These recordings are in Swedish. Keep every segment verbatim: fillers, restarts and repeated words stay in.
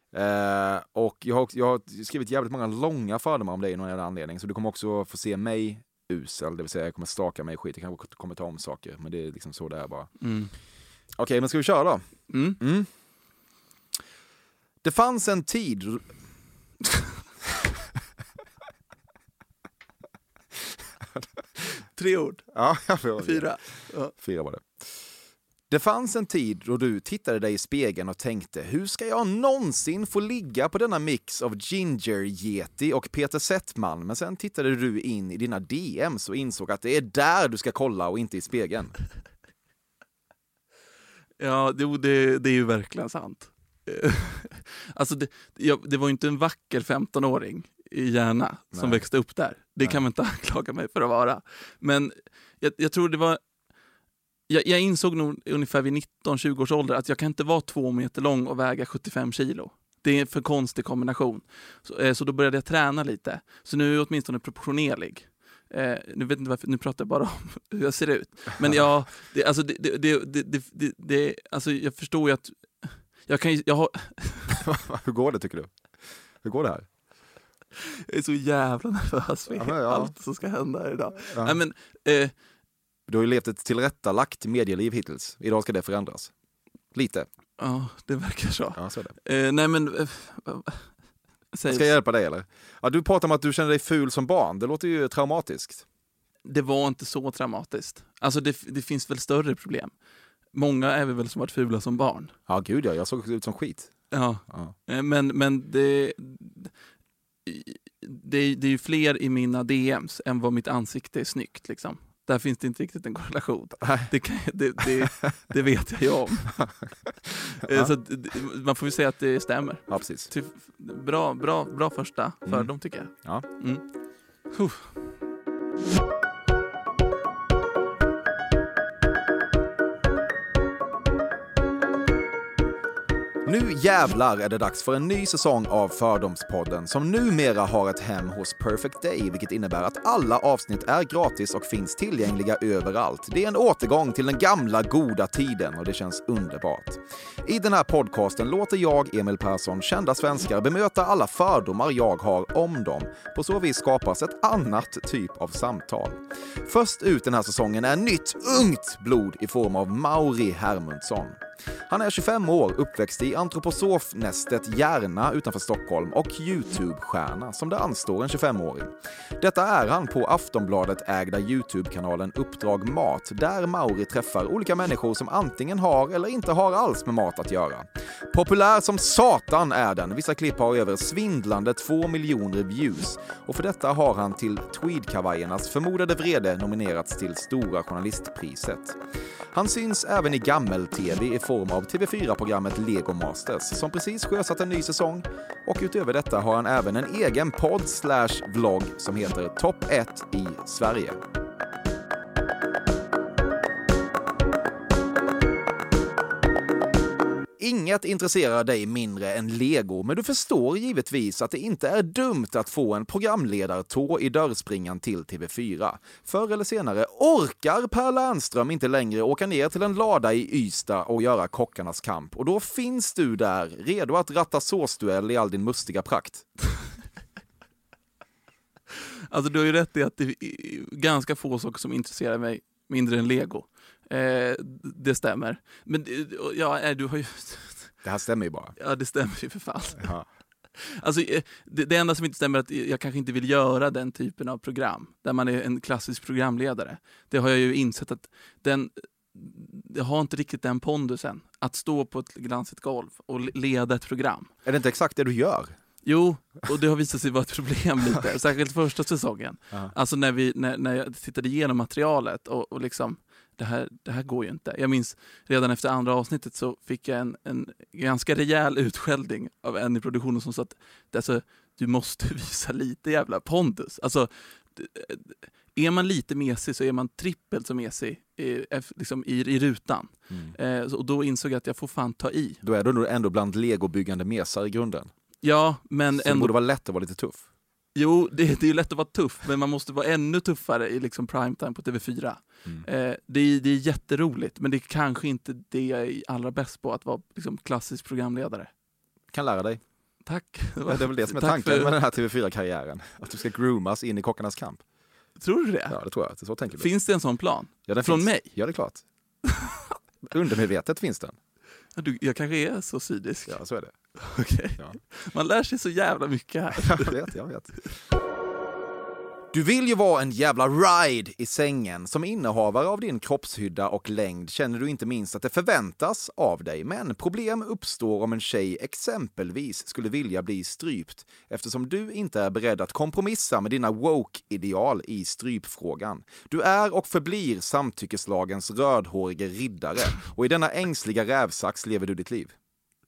Uh, och jag har, också, jag har skrivit jävligt många långa fördomar om dig i någon jävla anledning. Så du kommer också få se mig usel. Det vill säga jag kommer staka mig i skit. Jag kanske kommer ta om saker. Men det är liksom så det är bara. Mm. Okej, okay, men ska vi köra då? Mm. Mm. Det fanns en tid... Tre ord. Ja, jag får Fyra. Ja. Fyra var det. Det fanns en tid då du tittade dig i spegeln och tänkte, hur ska jag någonsin få ligga på denna mix av Ginger Yeti och Peter Settman? Men sen tittade du in i dina D M's och insåg att det är där du ska kolla och inte i spegeln. Ja, det, det, det är ju verkligen sant. Alltså det, jag, det var ju inte en vacker femtonåring i Järna som Nej. växte upp där. Det Nej. kan man inte anklaga mig för att vara. Men jag, jag tror det var... Jag, jag insåg nog ungefär vid nitton tjugo års ålder att jag kan inte vara två meter lång och väga sjuttiofem kilo. Det är en för konstig kombination. Så, eh, så då började jag träna lite. Så nu är jag åtminstone proportionerlig. Eh, nu vet inte varför, nu pratar jag bara om hur jag ser ut. Men ja, det, alltså, det, det, det, det, det, det, alltså jag förstår ju att jag kan jag har... Hur går det tycker du? Hur går det här? Jag är så jävla nervös för ja, ja. allt som ska hända här idag. Ja. Nej, men, eh, du har ju levt ett tillrättalagt medieliv hittills. Idag ska det förändras. Lite. Ja, det verkar så. Ja, så är det. Eh, nej, men... Eh, Ska jag hjälpa dig eller? Ja, du pratar om att du känner dig ful som barn. Det låter ju traumatiskt. Det var inte så traumatiskt. Alltså det, det finns väl större problem. Många är väl som varit fula som barn. Ja, gud ja. Jag såg ut som skit. Ja, ja. men, men det, det, det är ju fler i mina D M's än vad mitt ansikte är snyggt liksom. Där finns det inte riktigt en korrelation. Det, kan, det, det, det vet jag ju om. Ja. Så man får ju säga att det stämmer. Ja, precis. Bra, bra, bra första fördom mm. tycker jag. Ja. Mm. Huh. Nu jävlar är det dags för en ny säsong av Fördomspodden som numera har ett hem hos Perfect Day, vilket innebär att alla avsnitt är gratis och finns tillgängliga överallt. Det är en återgång till den gamla goda tiden och det känns underbart. I den här podcasten låter jag, Emil Persson, kända svenskar bemöta alla fördomar jag har om dem. På så vis skapas ett annat typ av samtal. Först ut den här säsongen är nytt ungt blod i form av Mauri Hermundsson. Han är tjugofem år, uppväxt i antroposofnästet Järna utanför Stockholm och YouTube-stjärna som det anstår en tjugofemåring. Detta är han på Aftonbladet ägda YouTube-kanalen Uppdrag Mat, där Mauri träffar olika människor som antingen har eller inte har alls med mat att göra. Populär som satan är den. Vissa klipp har över svindlande två miljoner views och för detta har han till tweedkavajernas förmodade vrede nominerats till Stora journalistpriset. Han syns även i gammel-tv i form av T V fyra-programmet Lego Masters som precis sjösatt en ny säsong och utöver detta har han även en egen podd slash vlogg som heter Topp ett i Sverige. Inget intresserar dig mindre än Lego, men du förstår givetvis att det inte är dumt att få en programledartå i dörrspringan till T V fyra. Förr eller senare orkar Per Lernström inte längre åka ner till en lada i Ystad och göra kockarnas kamp. Och då finns du där, redo att ratta såsduell i all din mustiga prakt. Alltså du har ju rätt i att det är ganska få saker som intresserar mig mindre än Lego. Eh, det stämmer. Men ja, du har ju... Det här stämmer ju bara. Ja, det stämmer ju för fan. Ja. Alltså, det, det enda som inte stämmer är att jag kanske inte vill göra den typen av program där man är en klassisk programledare. Det har jag ju insett att den, jag har inte riktigt den pondusen att stå på ett glansigt golv och leda ett program. Är det inte exakt det du gör? Jo, och det har visat sig vara ett problem lite, särskilt första säsongen. Uh-huh. Alltså när, vi, när, när jag tittade igenom materialet och, och liksom, det här, det här går ju inte. Jag minns redan efter andra avsnittet så fick jag en, en ganska rejäl utskällning av en i produktionen som sa att alltså, du måste visa lite jävla pondus. Alltså, är man lite mesig så är man trippelt så mesig i, liksom i, i rutan. Mm. Eh, och då insåg jag att jag får fan ta i. Då är du ändå bland legobyggande mesar i grunden. Ja, men så ändå... det borde vara lätt att vara lite tuff. Jo, det, det är ju lätt att vara tuff, men man måste vara ännu tuffare i liksom primetime på T V fyra. Mm. Eh, det, är, det är jätteroligt, men det är kanske inte det jag är allra bäst på, att vara liksom klassisk programledare. Kan lära dig. tack. Ja, det är väl det som är Tack tanken för... med den här T V fyra-karriären. Att du ska groomas in i Kockarnas kamp. Tror du det? Ja, det tror jag. Det är så tänker du. Finns det en sån plan? Ja, den Från finns. mig? Ja, det är klart. Undermedvetet finns den. Ja, du, jag kanske är så cynisk. Ja, så är det. Okej. Ja. Man lär sig så jävla mycket här. Jag vet, jag vet. Du vill ju vara en jävla ride i sängen. Som innehavare av din kroppshydda och längd känner du inte minst att det förväntas av dig. Men problem uppstår om en tjej exempelvis skulle vilja bli strypt eftersom du inte är beredd att kompromissa med dina woke-ideal i strypfrågan. Du är och förblir samtyckeslagens rödhårige riddare och i denna ängsliga rävsax lever du ditt liv.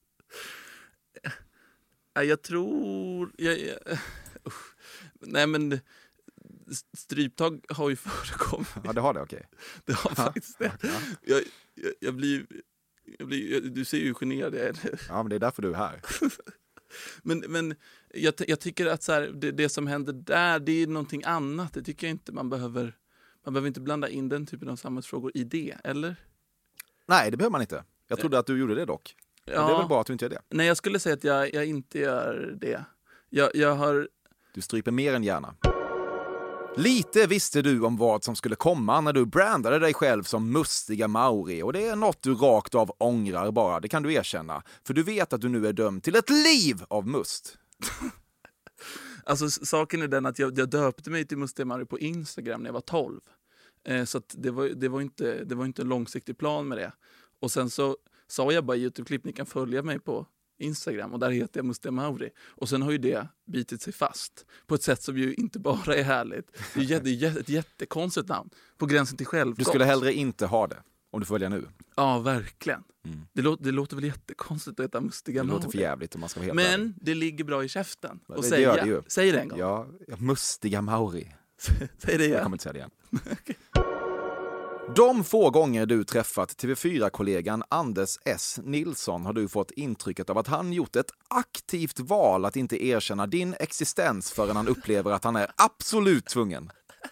Jag tror... Jag, jag, usch. Nej, men... Stryptag har ju förekommit. Ja, det har det, okej. Okay. Det har faktiskt det. Ja. Jag, jag, jag blir... Jag blir jag, du ser ju hur generad jag är. Ja, men det är därför du är här. men men jag, jag tycker att så här, det, det som händer där, det är någonting annat. Det tycker jag inte man behöver... Man behöver inte blanda in den typen av samhällsfrågor i det, eller? Nej, det behöver man inte. Jag trodde att du gjorde det dock. Ja. Det är väl bra att du inte gör det. Nej, jag skulle säga att jag, jag inte gör det. Jag, jag har... Du stryper mer än gärna. Lite visste du om vad som skulle komma när du brandade dig själv som mustiga Mauri och det är något du rakt av ångrar bara, det kan du erkänna. För du vet att du nu är dömd till ett liv av must. Alltså saken är den att jag, jag döpte mig till Mustiga Mauri på Instagram när jag var tolv. Eh, så att det, var, det, var inte, det var inte en långsiktig plan med det. Och sen så sa jag bara i YouTube-klipp, ni kan följa mig på Instagram och där heter jag Mustiga Mauri. Och sen har ju det bitit sig fast på ett sätt som ju inte bara är härligt. Det är, jätte, det är ett jättekonstigt namn. På gränsen till självklart. Du skulle hellre inte ha det om du får välja nu. Ja, verkligen. Mm. Det, låter, det låter väl jättekonstigt att heta Mustiga Mauri. Det låter för jävligt om man ska vara helt Men ärlig. det ligger bra i käften. Och det säga. gör det ju. Säg det en gång. Ja, Mustiga Mauri. Säg det igen. Jag kommer inte säga det igen. Okay. De få gånger du träffat T V fyra-kollegan Anders S. Nilsson har du fått intrycket av att han gjort ett aktivt val att inte erkänna din existens förrän han upplever att han är absolut tvungen.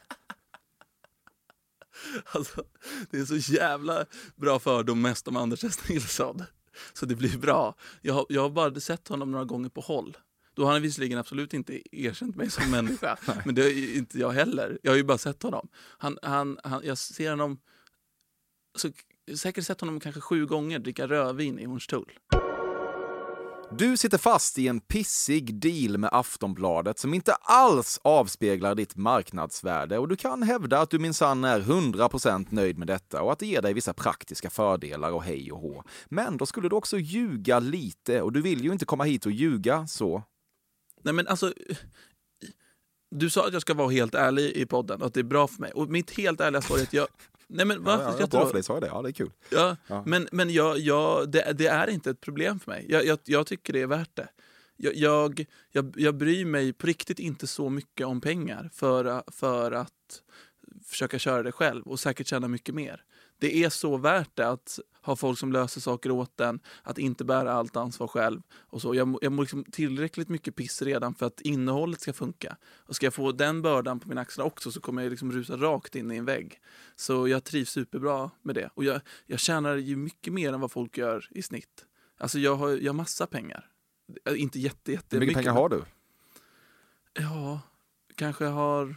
Alltså, det är så jävla bra fördom mest om Anders S. Nilsson. Så det blir bra. Jag har, jag har bara sett honom några gånger på håll. Då har han visserligen absolut inte erkänt mig som människa. Men det är inte jag heller. Jag har ju bara sett honom. Han, han, han, jag ser honom... Så, säkert sett honom kanske sju gånger dricka rödvin i Hornstull. Du sitter fast i en pissig deal med Aftonbladet som inte alls avspeglar ditt marknadsvärde och du kan hävda att du minsann är hundra procent nöjd med detta och att det ger dig vissa praktiska fördelar och hej och hå. Men då skulle du också ljuga lite och du vill ju inte komma hit och ljuga så... Nej men alltså, du sa att jag ska vara helt ärlig i podden och att det är bra för mig. Och mitt helt ärliga svar är att jag... Nej men varför ja, ska ja, jag bra tro? för dig, sa jag det. Ja, det är kul. Ja, ja. Men, men jag, jag, det, det är inte ett problem för mig. Jag, jag, jag tycker det är värt det. Jag, jag, jag, jag bryr mig på riktigt inte så mycket om pengar för, för att försöka köra det själv och säkert tjäna mycket mer. Det är så värt det att ha folk som löser saker åt den, att inte bära allt ansvar själv. Och så. Jag, jag mår liksom tillräckligt mycket piss redan för att innehållet ska funka. Och ska jag få den bördan på mina axlar också så kommer jag liksom rusa rakt in i en vägg. Så jag trivs superbra med det. Och jag, jag tjänar ju mycket mer än vad folk gör i snitt. Alltså jag har, jag har massa pengar. Inte jätte, jätte hur mycket pengar har du? Ja, kanske jag har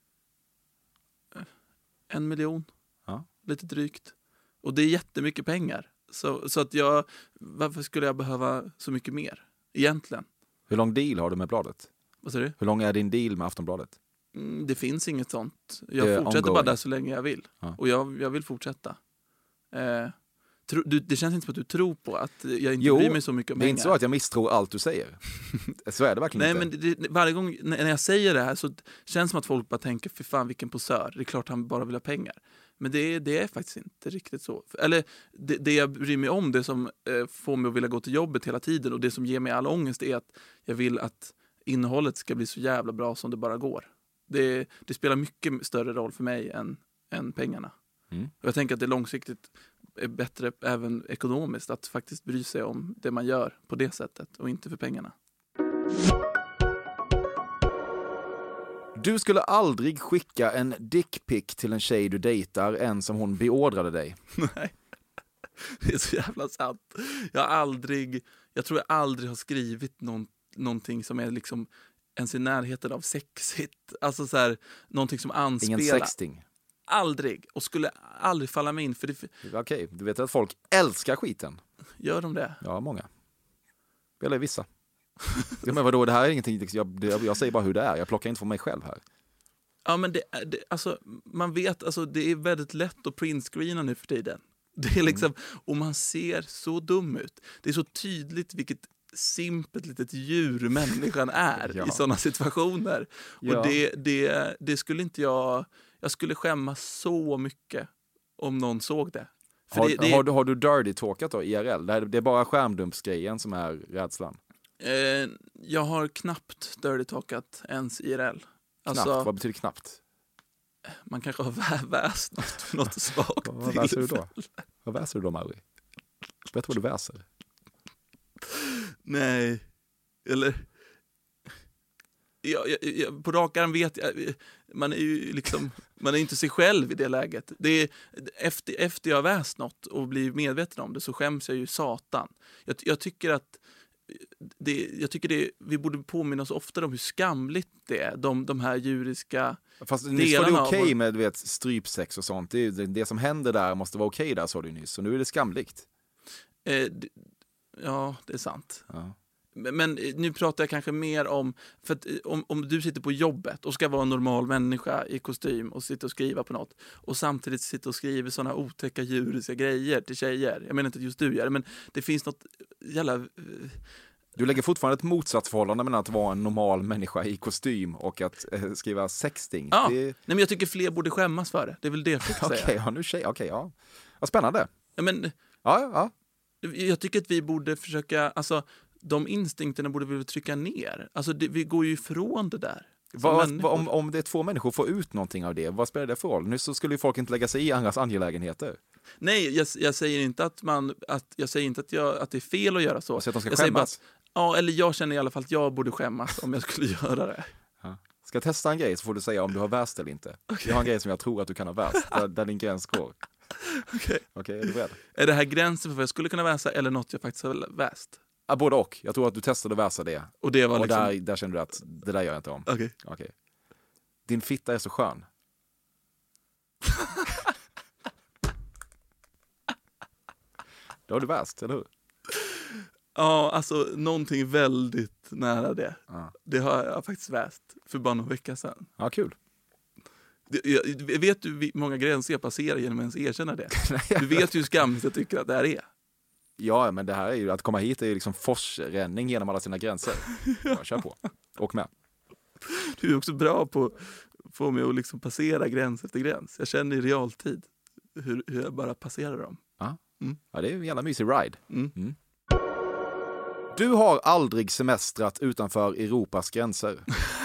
en miljon. Ja. Lite drygt. Och det är jättemycket pengar. Så, så att jag, varför skulle jag behöva så mycket mer? Egentligen. Hur lång deal har du med bladet? Vad säger du? Hur lång är din deal med Aftonbladet? Mm, det finns inget sånt. Jag Det är fortsätter ongoing. bara där så länge jag vill. Ja. Och jag, jag vill fortsätta. Eh, tro, du, det känns inte som att du tror på att jag inte Jo, bryr mig så mycket om det är pengar. inte så att jag misstror allt du säger. Så är det verkligen Nej, inte. men det, varje gång när jag säger det här så känns det som att folk bara tänker, för fan vilken posör. Det är klart han bara vill ha pengar. Men det, det är faktiskt inte riktigt så. Eller det, det jag bryr mig om, det som eh, får mig att vilja gå till jobbet hela tiden och det som ger mig all ångest är att jag vill att innehållet ska bli så jävla bra som det bara går. Det, det spelar mycket större roll för mig än, än pengarna. Mm. Och jag tänker att det långsiktigt är bättre även ekonomiskt att faktiskt bry sig om det man gör på det sättet och inte för pengarna. Du skulle aldrig skicka en dickpic till en tjej du dejtar än som hon beordrade dig. Nej, det är så jävla sant. Jag har aldrig, jag tror jag aldrig har skrivit någon någonting som är liksom ens i närheten av sexigt. Alltså så här, någonting som anspelar. Ingen sexting? Aldrig. Och skulle aldrig falla mig in. För det... Okej, okay, du vet att folk älskar skiten. Gör de det? Ja, många. Eller vissa. Ja, men vadå, det här är ingenting, jag, jag säger bara hur det är. Jag plockar inte från mig själv här. Ja, men det, det, alltså, man vet, alltså, det är väldigt lätt att printscreena nu för tiden. Det är liksom, mm. Och man ser så dum ut. Det är så tydligt vilket simpelt litet djur människan är ja. i sådana situationer. Ja. Och det, det, det skulle inte jag... Jag skulle skämmas så mycket om någon såg det. För har, det, det har, du, har du dirty-talkat då, I R L? Det, är, det är bara skärmdumpsgrejen som är rädslan? Eh, jag har knappt dirty-talkat ens I R L. Alltså, knappt? Vad betyder knappt? Man kanske har väst något, något svagt. Vad väser du då? Vad väser du då, Mauri? Berätta vad du väser. Nej, eller... Jag, jag, jag, på rak arm vet jag, man är ju liksom, man är inte sig själv i det läget. Det är, efter, efter jag har väst något och blir medveten om det så skäms jag ju satan. Jag, jag tycker att det, jag tycker det, vi borde påminna oss ofta om hur skamligt det är, de, de här djuriska Fast nyss var det okej okay med du vet, strypsex och sånt. Det, det, det som händer där måste vara okej okay där, sa du nyss. Så nu är det skamligt. Eh, det, ja, det är sant. Ja. Men nu pratar jag kanske mer om, för att om, om du sitter på jobbet och ska vara en normal människa i kostym och sitta och skriva på något och samtidigt sitta och skriva sådana otäcka djuriska grejer till tjejer. Jag menar inte att just du gör det, men det finns något jävla... Du lägger fortfarande ett motsatsförhållande mellan att vara en normal människa i kostym och att eh, skriva sexting. Ja, det... nej, men jag tycker fler borde skämmas för det. Det är väl det jag fick säga. Okej, ja, nu tjej. Okej, ja. Vad spännande. Ja, men... Ja, ja. Jag tycker att vi borde försöka... Alltså, de instinkterna borde vi trycka ner. Alltså det, vi går ju ifrån det där. Vad, om, om det är två människor får ut någonting av det, vad spelar det för roll? Nu så skulle ju folk inte lägga sig i andras angelägenheter. Nej, jag, jag säger inte att man att jag säger inte att jag att det är fel att göra så. Så att de ska jag skämmas. Säger bara, ja, eller jag känner i alla fall att jag borde skämmas om jag skulle göra det. Ja. Ska jag testa en grej så får du säga om du har värst eller inte. Okay. Jag har en grej som jag tror att du kan ha värst, där, där din gräns går. Okej. Okay. Okej, är du beredd? Är det här gränsen för vad jag skulle kunna väsa eller något jag faktiskt har väst? Ja, både och. Jag tror att du testade att väsa det. Och, det var liksom... och där, där kände du att det där gör jag inte om. Okej. Okay. Okay. Din fitta är så skön. Det har du väst, eller hur? Ja, alltså någonting väldigt nära det. Ja. Det har jag faktiskt väst för bara någon vecka sedan. Ja, kul. Jag, vet du hur många gränser jag passerar genom att ens erkänna det? Du vet ju hur skamligt jag tycker att det här är. Ja, men det här är ju, att komma hit är ju liksom forsränning genom alla sina gränser. Ja, kör på. Åk med. Du är också bra på att få mig att liksom passera gräns efter gräns. Jag känner i realtid hur, hur jag bara passerar dem. Ja, mm. Ja, det är en jävla mysig ride. Mm. Mm. Du har aldrig semestrat utanför Europas gränser.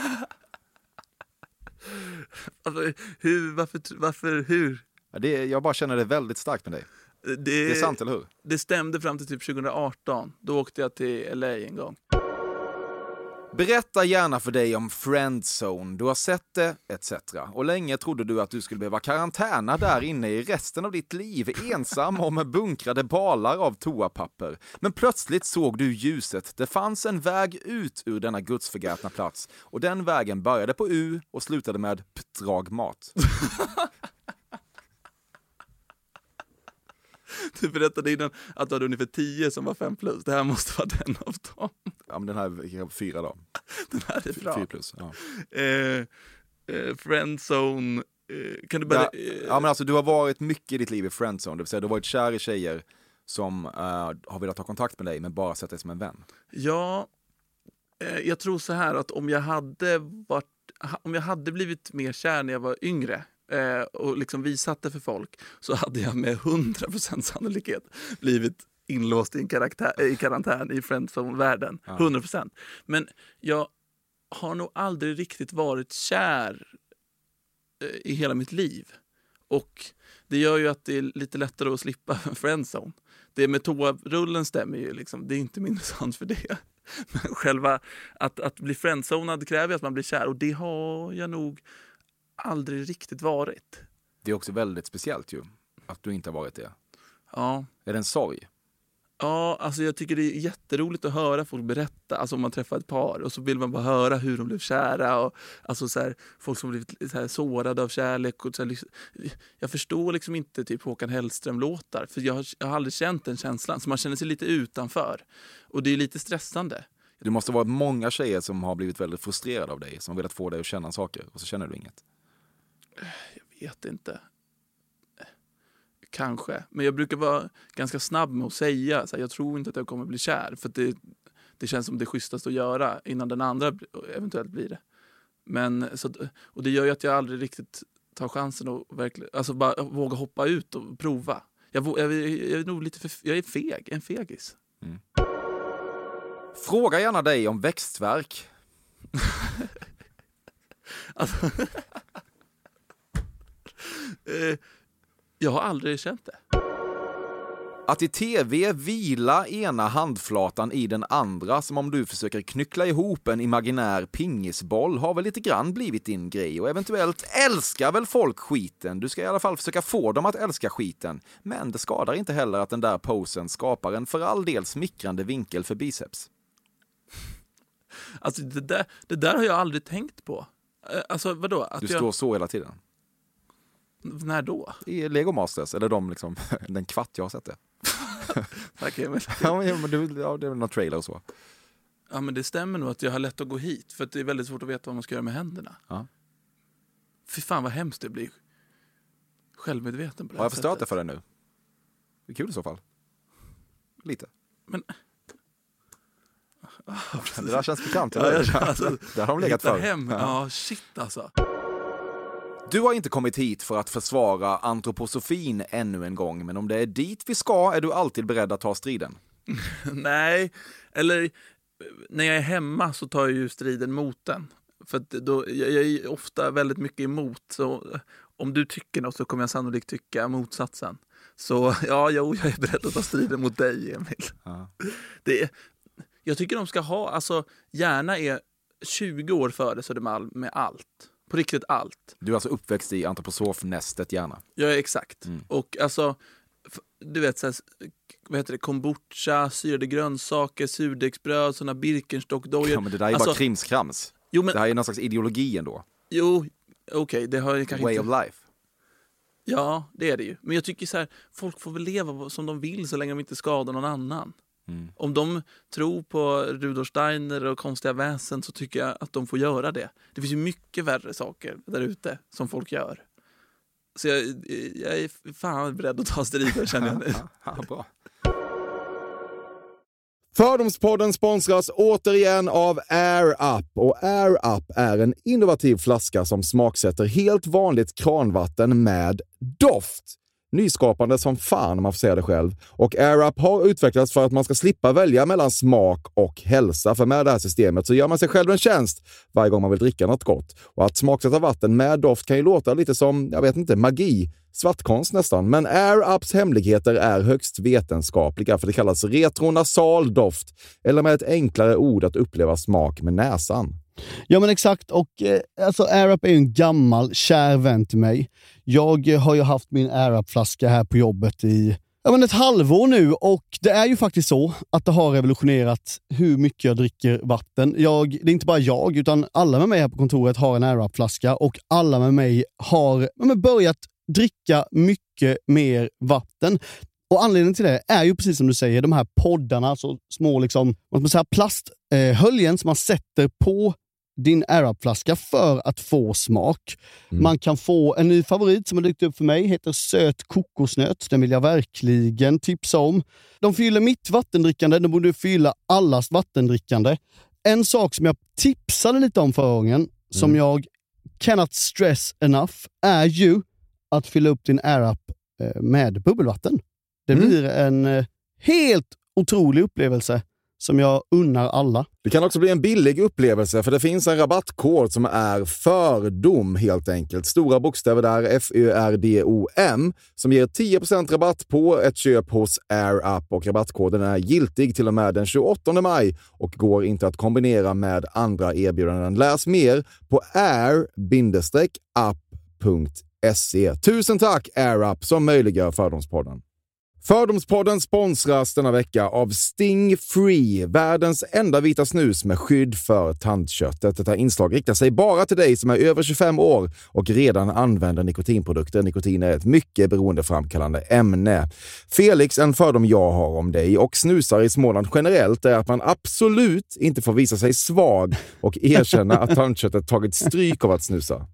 Alltså, hur, varför, varför, hur? Ja, det är, jag bara känner det väldigt starkt med dig. Det, det är sant, eller hur? Det stämde fram till typ tjugo arton. Då åkte jag till L A en gång. Berätta gärna för dig om Friendzone. Du har sett det, et cetera. Och länge trodde du att du skulle behöva karantäna där inne i resten av ditt liv, ensam och med bunkrade balar av toapapper. Men plötsligt såg du ljuset. Det fanns en väg ut ur denna gudsförgätna plats. Och den vägen började på U och slutade med ptragmat. Du berättade innan att du hade ungefär tio som var fem plus. Det här måste vara den av dem. Ja, men den här är fyra då. Den här är bra. Fyra plus, ja. Eh, eh, Friendzone. Eh, kan du bara... Ja, ja, men alltså du har varit mycket i ditt liv i Friendzone. Det vill säga du har varit kär i tjejer som uh, har velat ha kontakt med dig men bara sett dig som en vän. Ja, eh, jag tror så här att om jag hade varit... Om jag hade blivit mer kär när jag var yngre eh, och liksom visat det för folk så hade jag med hundra procent sannolikhet blivit inlåst i, en karaktär, i karantän i Friendzone-världen. Ja. hundra procent. Men jag har nog aldrig riktigt varit kär eh, i hela mitt liv. Och det gör ju att det är lite lättare att slippa Friendzone. Det med toarullen stämmer ju liksom. Det är inte mindre sant för det. Men själva att, att bli friendzonad kräver att man blir kär. Och det har jag nog aldrig riktigt varit. Det är också väldigt speciellt ju. Att du inte har varit det. Ja. Är det en sorg? Ja, alltså jag tycker det är jätteroligt att höra folk berätta, alltså om man träffar ett par och så vill man bara höra hur de blev kära och alltså så här, folk som blivit så här sårade av kärlek och så här, liksom, jag förstår liksom inte typ Håkan Hellström-låtar för jag har, jag har aldrig känt den känslan så man känner sig lite utanför och det är lite stressande. Det måste vara många tjejer som har blivit väldigt frustrerade av dig, som velat få dig att känna saker och så känner du inget. Jag vet inte. Kanske. Men jag brukar vara ganska snabb med att säga så här, jag tror inte att jag kommer bli kär. För det, det känns som det schysstaste att göra innan den andra eventuellt blir det. Men, så, och det gör ju att jag aldrig riktigt tar chansen och verkligen, alltså bara våga hoppa ut och prova. Jag, jag, jag, jag är nog lite för, jag är feg, en fegis. Mm. Fråga gärna dig om växtverk. alltså, eh, jag har aldrig känt det. Att i tv vila ena handflatan i den andra som om du försöker knyckla ihop en imaginär pingisboll har väl lite grann blivit din grej och eventuellt älskar väl folk skiten. Du ska i alla fall försöka få dem att älska skiten. Men det skadar inte heller att den där posen skapar en för all del smickrande vinkel för biceps. Alltså det där, det där har jag aldrig tänkt på. Alltså vadå? Att du jag... står så hela tiden. När då? I Lego Masters, eller de liksom, den kvart jag har sett det. Tack Emil. Ja, men det, ja, det är väl någon trailer och så. Ja, men det stämmer nog att jag har lätt att gå hit. För att det är väldigt svårt att veta vad man ska göra med händerna. Ja. Fy fan vad hemskt det blir. Självmedveten på det här har jag förstört sättet. det för dig nu? Det är kul i så fall. Lite. Men... det där känns bekant. Ja, jag, alltså, där har de legat för. Hem. Ja, shit alltså. Du har inte kommit hit för att försvara antroposofin ännu en gång, men om det är dit vi ska är du alltid beredd att ta striden. Nej, eller när jag är hemma så tar jag ju striden mot den. För att då, jag, jag är ofta väldigt mycket emot, så om du tycker något så kommer jag sannolikt tycka motsatsen. Så ja, jo, jag är beredd att ta striden mot dig, Emil. Ja. Det är, jag tycker de ska ha, alltså gärna är tjugo år före Södermalm med allt. På riktigt allt. Du är alltså uppväxt i antroposofnästet gärna. Ja, exakt. Mm. Och alltså, du vet så här, vad heter det, kombucha, syrade grönsaker, surdegsbröd, såna Birkenstock-dojor. Ja, men det där är ju alltså, bara krimskrams. Jo, men, det här är någon slags ideologi ändå. Jo, okej, okay, det har jag kanske Way inte... of life. Ja, det är det ju. Men jag tycker så här, folk får väl leva som de vill så länge de inte skadar någon annan. Mm. Om de tror på Rudolf Steiner och konstiga väsen så tycker jag att de får göra det. Det finns ju mycket värre saker där ute som folk gör. Så jag, jag är fan beredd att ta strider, känner jag nu. Ja, bra. Fördomspodden sponsras återigen av Air Up. Och Air Up är en innovativ flaska som smaksätter helt vanligt kranvatten med doft. Nyskapande som fan om man får säga det själv. Och Air Up har utvecklats för att man ska slippa välja mellan smak och hälsa. För med det här systemet så gör man sig själv en tjänst varje gång man vill dricka något gott. Och att smaksätta vatten med doft kan ju låta lite som, jag vet inte, magi. Svartkonst nästan. Men Air Ups hemligheter är högst vetenskapliga för det kallas retronasal doft. Eller med ett enklare ord att uppleva smak med näsan. Ja men exakt, och eh, alltså Air Up är ju en gammal kär vän till mig. Jag eh, har ju haft min Air Up-flaska här på jobbet i ja, men ett halvår nu och det är ju faktiskt så att det har revolutionerat hur mycket jag dricker vatten. Jag, det är inte bara jag utan alla med mig här på kontoret har en Air Up-flaska och alla med mig har ja, men börjat dricka mycket mer vatten. Och anledningen till det är ju precis som du säger, de här poddarna, alltså små liksom, vad man säga, plasthöljen som man sätter på din Air Up-flaska för att få smak. Mm. Man kan få en ny favorit som har dykt upp för mig, heter söt kokosnöt. Den vill jag verkligen tipsa om. De fyller mitt vattendrickande, de borde fylla allas vattendrickande. En sak som jag tipsade lite om förra gången, mm. som jag cannot stress enough, är ju att fylla upp din Air Up med bubbelvatten. Det mm. blir en helt otrolig upplevelse som jag unnar alla. Det kan också bli en billig upplevelse för det finns en rabattkod som är fördom helt enkelt. Stora bokstäver där, F Ö R D O M, som ger tio procent rabatt på ett köp hos Air Up och rabattkoden är giltig till och med den tjugoåttonde maj och går inte att kombinera med andra erbjudanden. Läs mer på air up punkt se. Tusen tack Air Up som möjliggör Fördomspodden. Fördomspodden sponsras denna vecka av Sting Free, världens enda vita snus med skydd för tandköttet. Detta inslag riktar sig bara till dig som är över tjugofem år och redan använder nikotinprodukter. Nikotin är ett mycket beroendeframkallande ämne. Felix, en fördom jag har om dig och snusar i Småland generellt är att man absolut inte får visa sig svag och erkänna att tandköttet tagit stryk av att snusa.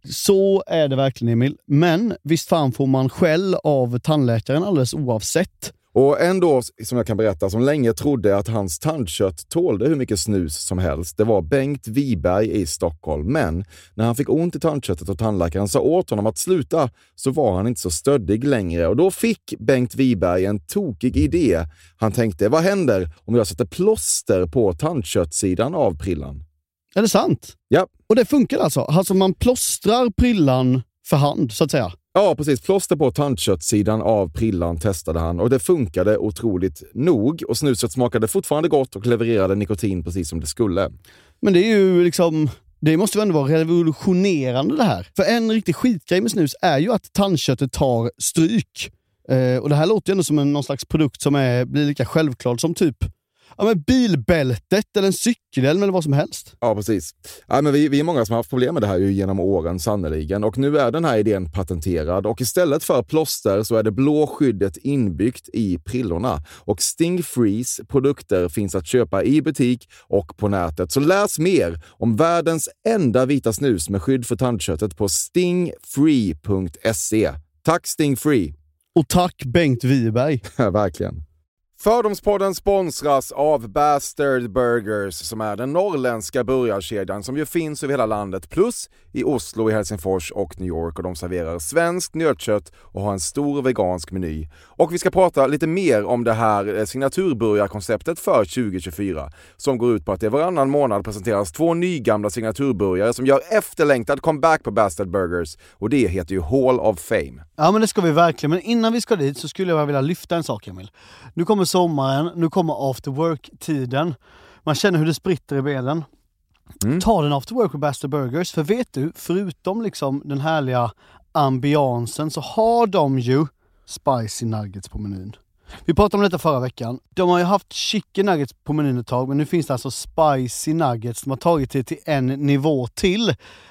Så är det verkligen, Emil. Men visst fan får man skäll av tandläkaren alldeles oavsett. Och ändå, som jag kan berätta, som länge trodde att hans tandkött tålde hur mycket snus som helst. Det var Bengt Wiberg i Stockholm. Men när han fick ont i tandköttet och tandläkaren sa åt honom att sluta så var han inte så stöddig längre. Och då fick Bengt Wiberg en tokig idé. Han tänkte, vad händer om jag sätter plåster på tandköttsidan av prillan? Är det sant? Ja. Och det funkar alltså? Alltså man plåstrar prillan för hand, så att säga? Ja, precis. Plåster på tandköttsidan av prillan testade han och det funkade otroligt nog. Och snuset smakade fortfarande gott och levererade nikotin precis som det skulle. Men det är ju liksom... Det måste ju ändå vara revolutionerande det här. För en riktig skitgrej med snus är ju att tandköttet tar stryk. Eh, och det här låter ju ändå som en, någon slags produkt som är, blir lika självklart som typ ja, men bilbältet eller en cykelhjälm eller vad som helst. Ja, precis. Ja, men vi, vi är många som har haft problem med det här ju genom åren sannoliken. Och nu är den här idén patenterad. Och istället för plåster så är det blå skyddet inbyggt i prillorna. Och Sting Frees produkter finns att köpa i butik och på nätet. Så läs mer om världens enda vita snus med skydd för tandköttet på sting free punkt se. Tack Sting Free! Och tack Bengt Wiberg! Ja, verkligen. Fördomspodden sponsras av Bastard Burgers som är den norrländska burgarkedjan som ju finns över hela landet plus i Oslo, i Helsingfors och New York och de serverar svenskt nötkött och har en stor vegansk meny. Och vi ska prata lite mer om det här signaturburgarkonceptet för tjugo tjugofyra som går ut på att det varannan månad presenteras två nygamla signaturburgare som gör efterlängtad comeback på Bastard Burgers och det heter ju Hall of Fame. Ja men det ska vi verkligen, men innan vi ska dit så skulle jag vilja lyfta en sak Emil. Nu kommer sommaren, nu kommer after work-tiden. Man känner hur det spritter i benen. Mm. Ta den after work på Bastard Burgers. För vet du, förutom liksom den härliga ambiansen så har de ju spicy nuggets på menyn. Vi pratade om detta förra veckan. De har ju haft chicken nuggets på menyn ett tag, men nu finns det alltså spicy nuggets. De har tagit det till en nivå till.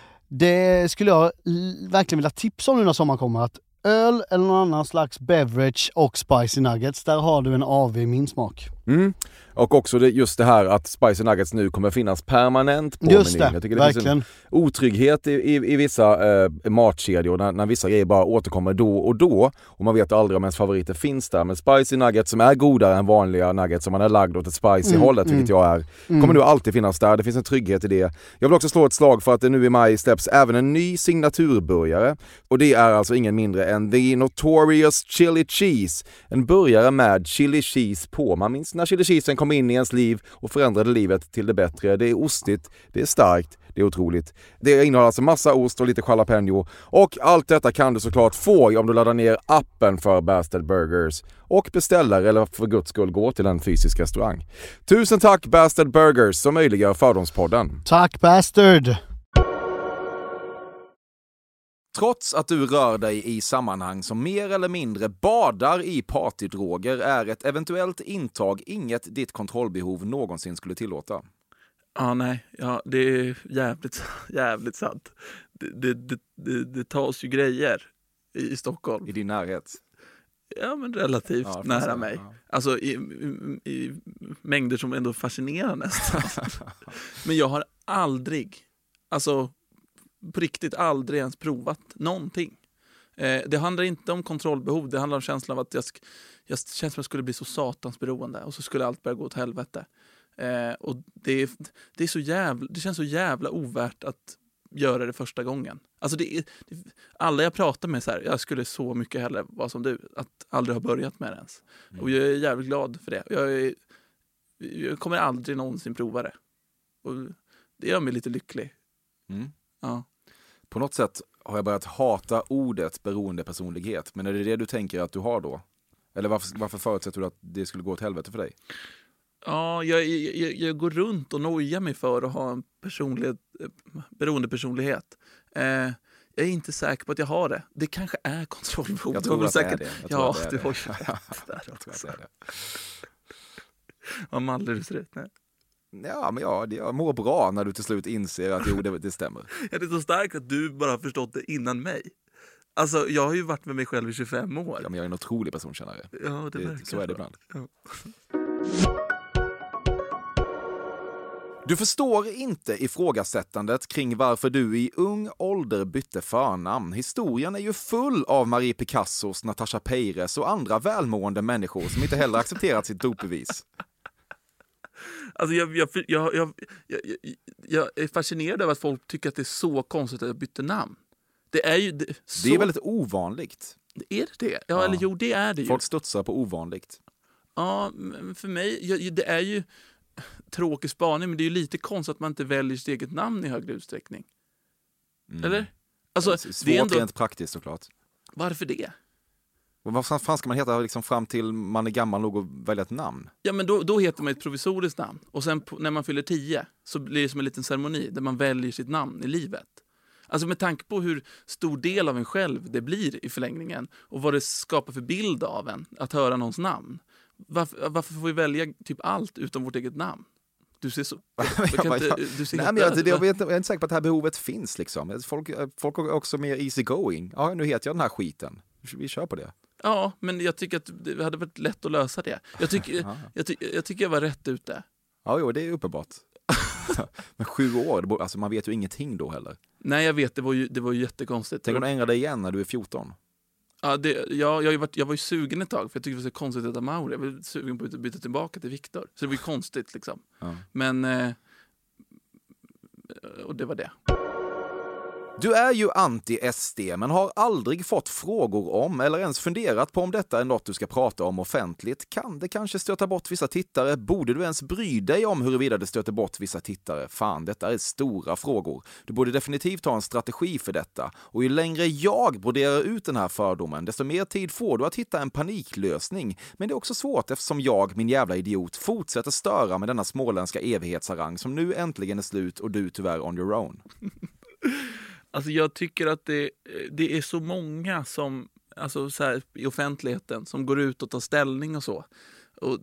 Det skulle jag verkligen vilja tipsa om nu när sommaren kommer, att öl eller någon annan slags beverage och spicy nuggets, där har du en A V i min smak. Mm. Och också det, just det här att spicy nuggets nu kommer finnas permanent på just menyn. Det, Jag tycker det verkligen. finns en otrygghet i, i, i vissa eh, matkedjor när, när vissa grejer bara återkommer då och då och man vet aldrig om ens favoriter finns där. Men spicy nuggets som är godare än vanliga nuggets som man är lagd åt ett spicy mm, hållet, vilket mm. jag är, kommer mm. nu alltid finnas där. Det finns en trygghet i det. Jag vill också slå ett slag för att det nu i maj släpps även en ny signaturburgare och det är alltså ingen mindre än The Notorious Chili Cheese. En burgare med chili cheese på. Man minns när chili cheesen kom in i ens liv och förändrade livet till det bättre. Det är ostigt, det är starkt, det är otroligt. Det innehåller alltså massa ost och lite jalapeno. Och allt detta kan du såklart få om du laddar ner appen för Bastard Burgers och beställer eller för guds skull gå till en fysisk restaurang. Tusen tack Bastard Burgers som möjliggör Fördomspodden. Tack Bastard! Trots att du rör dig i sammanhang som mer eller mindre badar i partydroger är ett eventuellt intag inget ditt kontrollbehov någonsin skulle tillåta. Ja, nej. Ja, det är jävligt, jävligt sant. Det, det, det, det, det tas ju grejer i, i Stockholm. I din närhet? Ja, men relativt ja, nära säga, mig. Ja. Alltså i, i, i mängder som ändå fascinerar nästan. Men jag har aldrig, alltså på riktigt aldrig ens provat någonting. Eh, det handlar inte om kontrollbehov, det handlar om känslan av att jag, sk- jag känns som att jag skulle bli så satans beroende och så skulle allt börja gå åt helvete. Eh, och det, är, det, är så jävla, det känns så jävla ovärt att göra det första gången. Alltså det, det, alla jag pratar med så här, jag skulle så mycket hellre vara som du, att aldrig ha börjat med det ens. Mm. Och jag är jävligt glad för det. Jag, är, jag kommer aldrig någonsin prova det. Och det gör mig lite lycklig. Mm. Ja. På något sätt har jag börjat hata ordet beroendepersonlighet. Men är det det du tänker att du har då? Eller varför, varför förutsätter du att det skulle gå åt helvete för dig? Ja, jag, jag, jag går runt och nojar mig för att ha en personlighet, beroendepersonlighet. Eh, Jag är inte säker på att jag har det. Det kanske är kontrollbehov. Jag tror att det är det. Jag tror ja, att det är du det. har ju rätt där. Jag tror att det är det. Vad mallig du ser ut. Nej. Ja, men ja, det, jag mår bra när du till slut inser att jo, det, det stämmer. Ja, det är så starkt att du bara har förstått det innan mig. Alltså, jag har ju varit med mig själv i tjugofem år. Ja, men jag är en otrolig personkännare. Ja, det, det så är det ibland. Ja. Du förstår inte ifrågasättandet kring varför du i ung ålder bytte förnamn. Historien är ju full av Marie Picassos, Natasha Peires och andra välmående människor som inte heller accepterat sitt dopbevis. Alltså jag, jag, jag, jag, jag, jag är fascinerad över att folk tycker att det är så konstigt att jag bytte namn. Det är ju det, så... det är väldigt ovanligt. Är det det? Ja, ja, eller jo, det är det ju. Folk studsar på ovanligt. Ja, men för mig, jag, det är ju tråkig spaning, men det är ju lite konstigt att man inte väljer sitt eget namn i högre utsträckning. Mm. Eller? Alltså, det är svårt det är ändå... rent praktiskt såklart. Varför det? Och vad fan ska man heta liksom fram till man är gammal nog att välja ett namn? Ja, men då, då heter man ett provisoriskt namn. Och sen på, när man fyller tio så blir det som en liten ceremoni där man väljer sitt namn i livet. Alltså med tanke på hur stor del av en själv det blir i förlängningen och vad det skapar för bild av en att höra någons namn. Varför, varför får vi välja typ allt utom vårt eget namn? Du ser så... Jag, jag, inte, jag, du ser nej, men jag, jag, vet, jag är inte säker på att det här behovet finns. Liksom. Folk, folk är också mer easy going. Ja, nu heter jag den här skiten. Vi kör på det. Ja, men jag tycker att det hade varit lätt att lösa det. Jag tycker, jag, ty, jag, tycker jag var rätt ute. Ja, jo, det är uppenbart. Men sju år, alltså man vet ju ingenting då heller. Nej, jag vet, det var ju, det var ju jättekonstigt. Tänk om du ändrar dig igen när du är fjorton. Ja, det, ja jag, varit, jag var ju sugen ett tag, för jag tyckte det var så konstigt att heta Mauri. Jag var sugen på att byta tillbaka till Viktor. Så det var ju konstigt liksom. Ja. Men, eh, och det var det. Du är ju anti-S D, men har aldrig fått frågor om eller ens funderat på om detta är något du ska prata om offentligt. Kan det kanske stöta bort vissa tittare? Borde du ens bry dig om huruvida det stöter bort vissa tittare? Fan, detta är stora frågor. Du borde definitivt ha en strategi för detta. Och ju längre jag broderar ut den här fördomen, desto mer tid får du att hitta en paniklösning. Men det är också svårt eftersom jag, min jävla idiot, fortsätter störa med denna småländska evighetsharang som nu äntligen är slut och du tyvärr on your own. Alltså jag tycker att det, det är så många som, alltså så här, i offentligheten som går ut och tar ställning och så. Och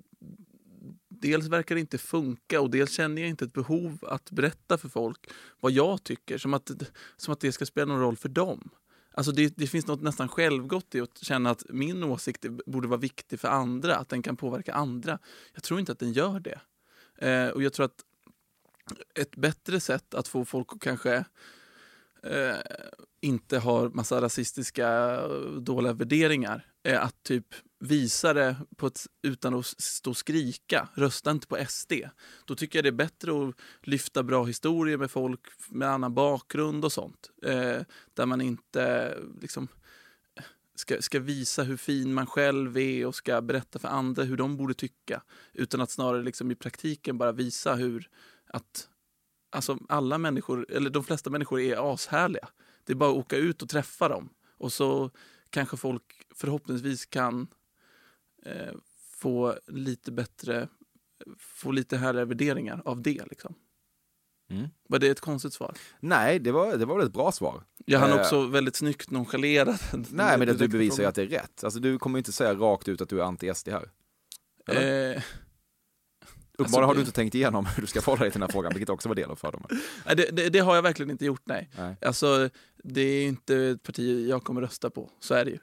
dels verkar det inte funka och dels känner jag inte ett behov att berätta för folk vad jag tycker. Som att, som att det ska spela någon roll för dem. Alltså det, det finns något nästan självgott i att känna att min åsikt borde vara viktig för andra. Att den kan påverka andra. Jag tror inte att den gör det. Eh, och jag tror att ett bättre sätt att få folk att kanske... Uh, inte har massa rasistiska dåliga värderingar är att typ visa det på ett, utan att stå och skrika. Rösta inte på S D. Då tycker jag det är bättre att lyfta bra historier med folk med annan bakgrund och sånt. Uh, där man inte liksom ska, ska visa hur fin man själv är och ska berätta för andra hur de borde tycka. Utan att snarare liksom i praktiken bara visa hur att alltså alla människor, eller de flesta människor är ashärliga. Det är bara att åka ut och träffa dem. Och så kanske folk förhoppningsvis kan eh, få lite bättre, få lite härligare värderingar av det liksom. Mm. Var det ett konstigt svar? Nej, det var, det var ett bra svar. Jag hann också eh, väldigt snyggt nonchalerad. Nej, men det du bevisar ju att det är rätt. Alltså du kommer inte säga rakt ut att du är anti-S D här. Eller? Eh... Uppenbarligen alltså, har du inte tänkt igenom hur du ska förhålla dig till den här frågan, vilket också var del av fördomen. Nej, det, det, det har jag verkligen inte gjort, nej. nej. Alltså, det är inte ett parti jag kommer rösta på, så är det ju.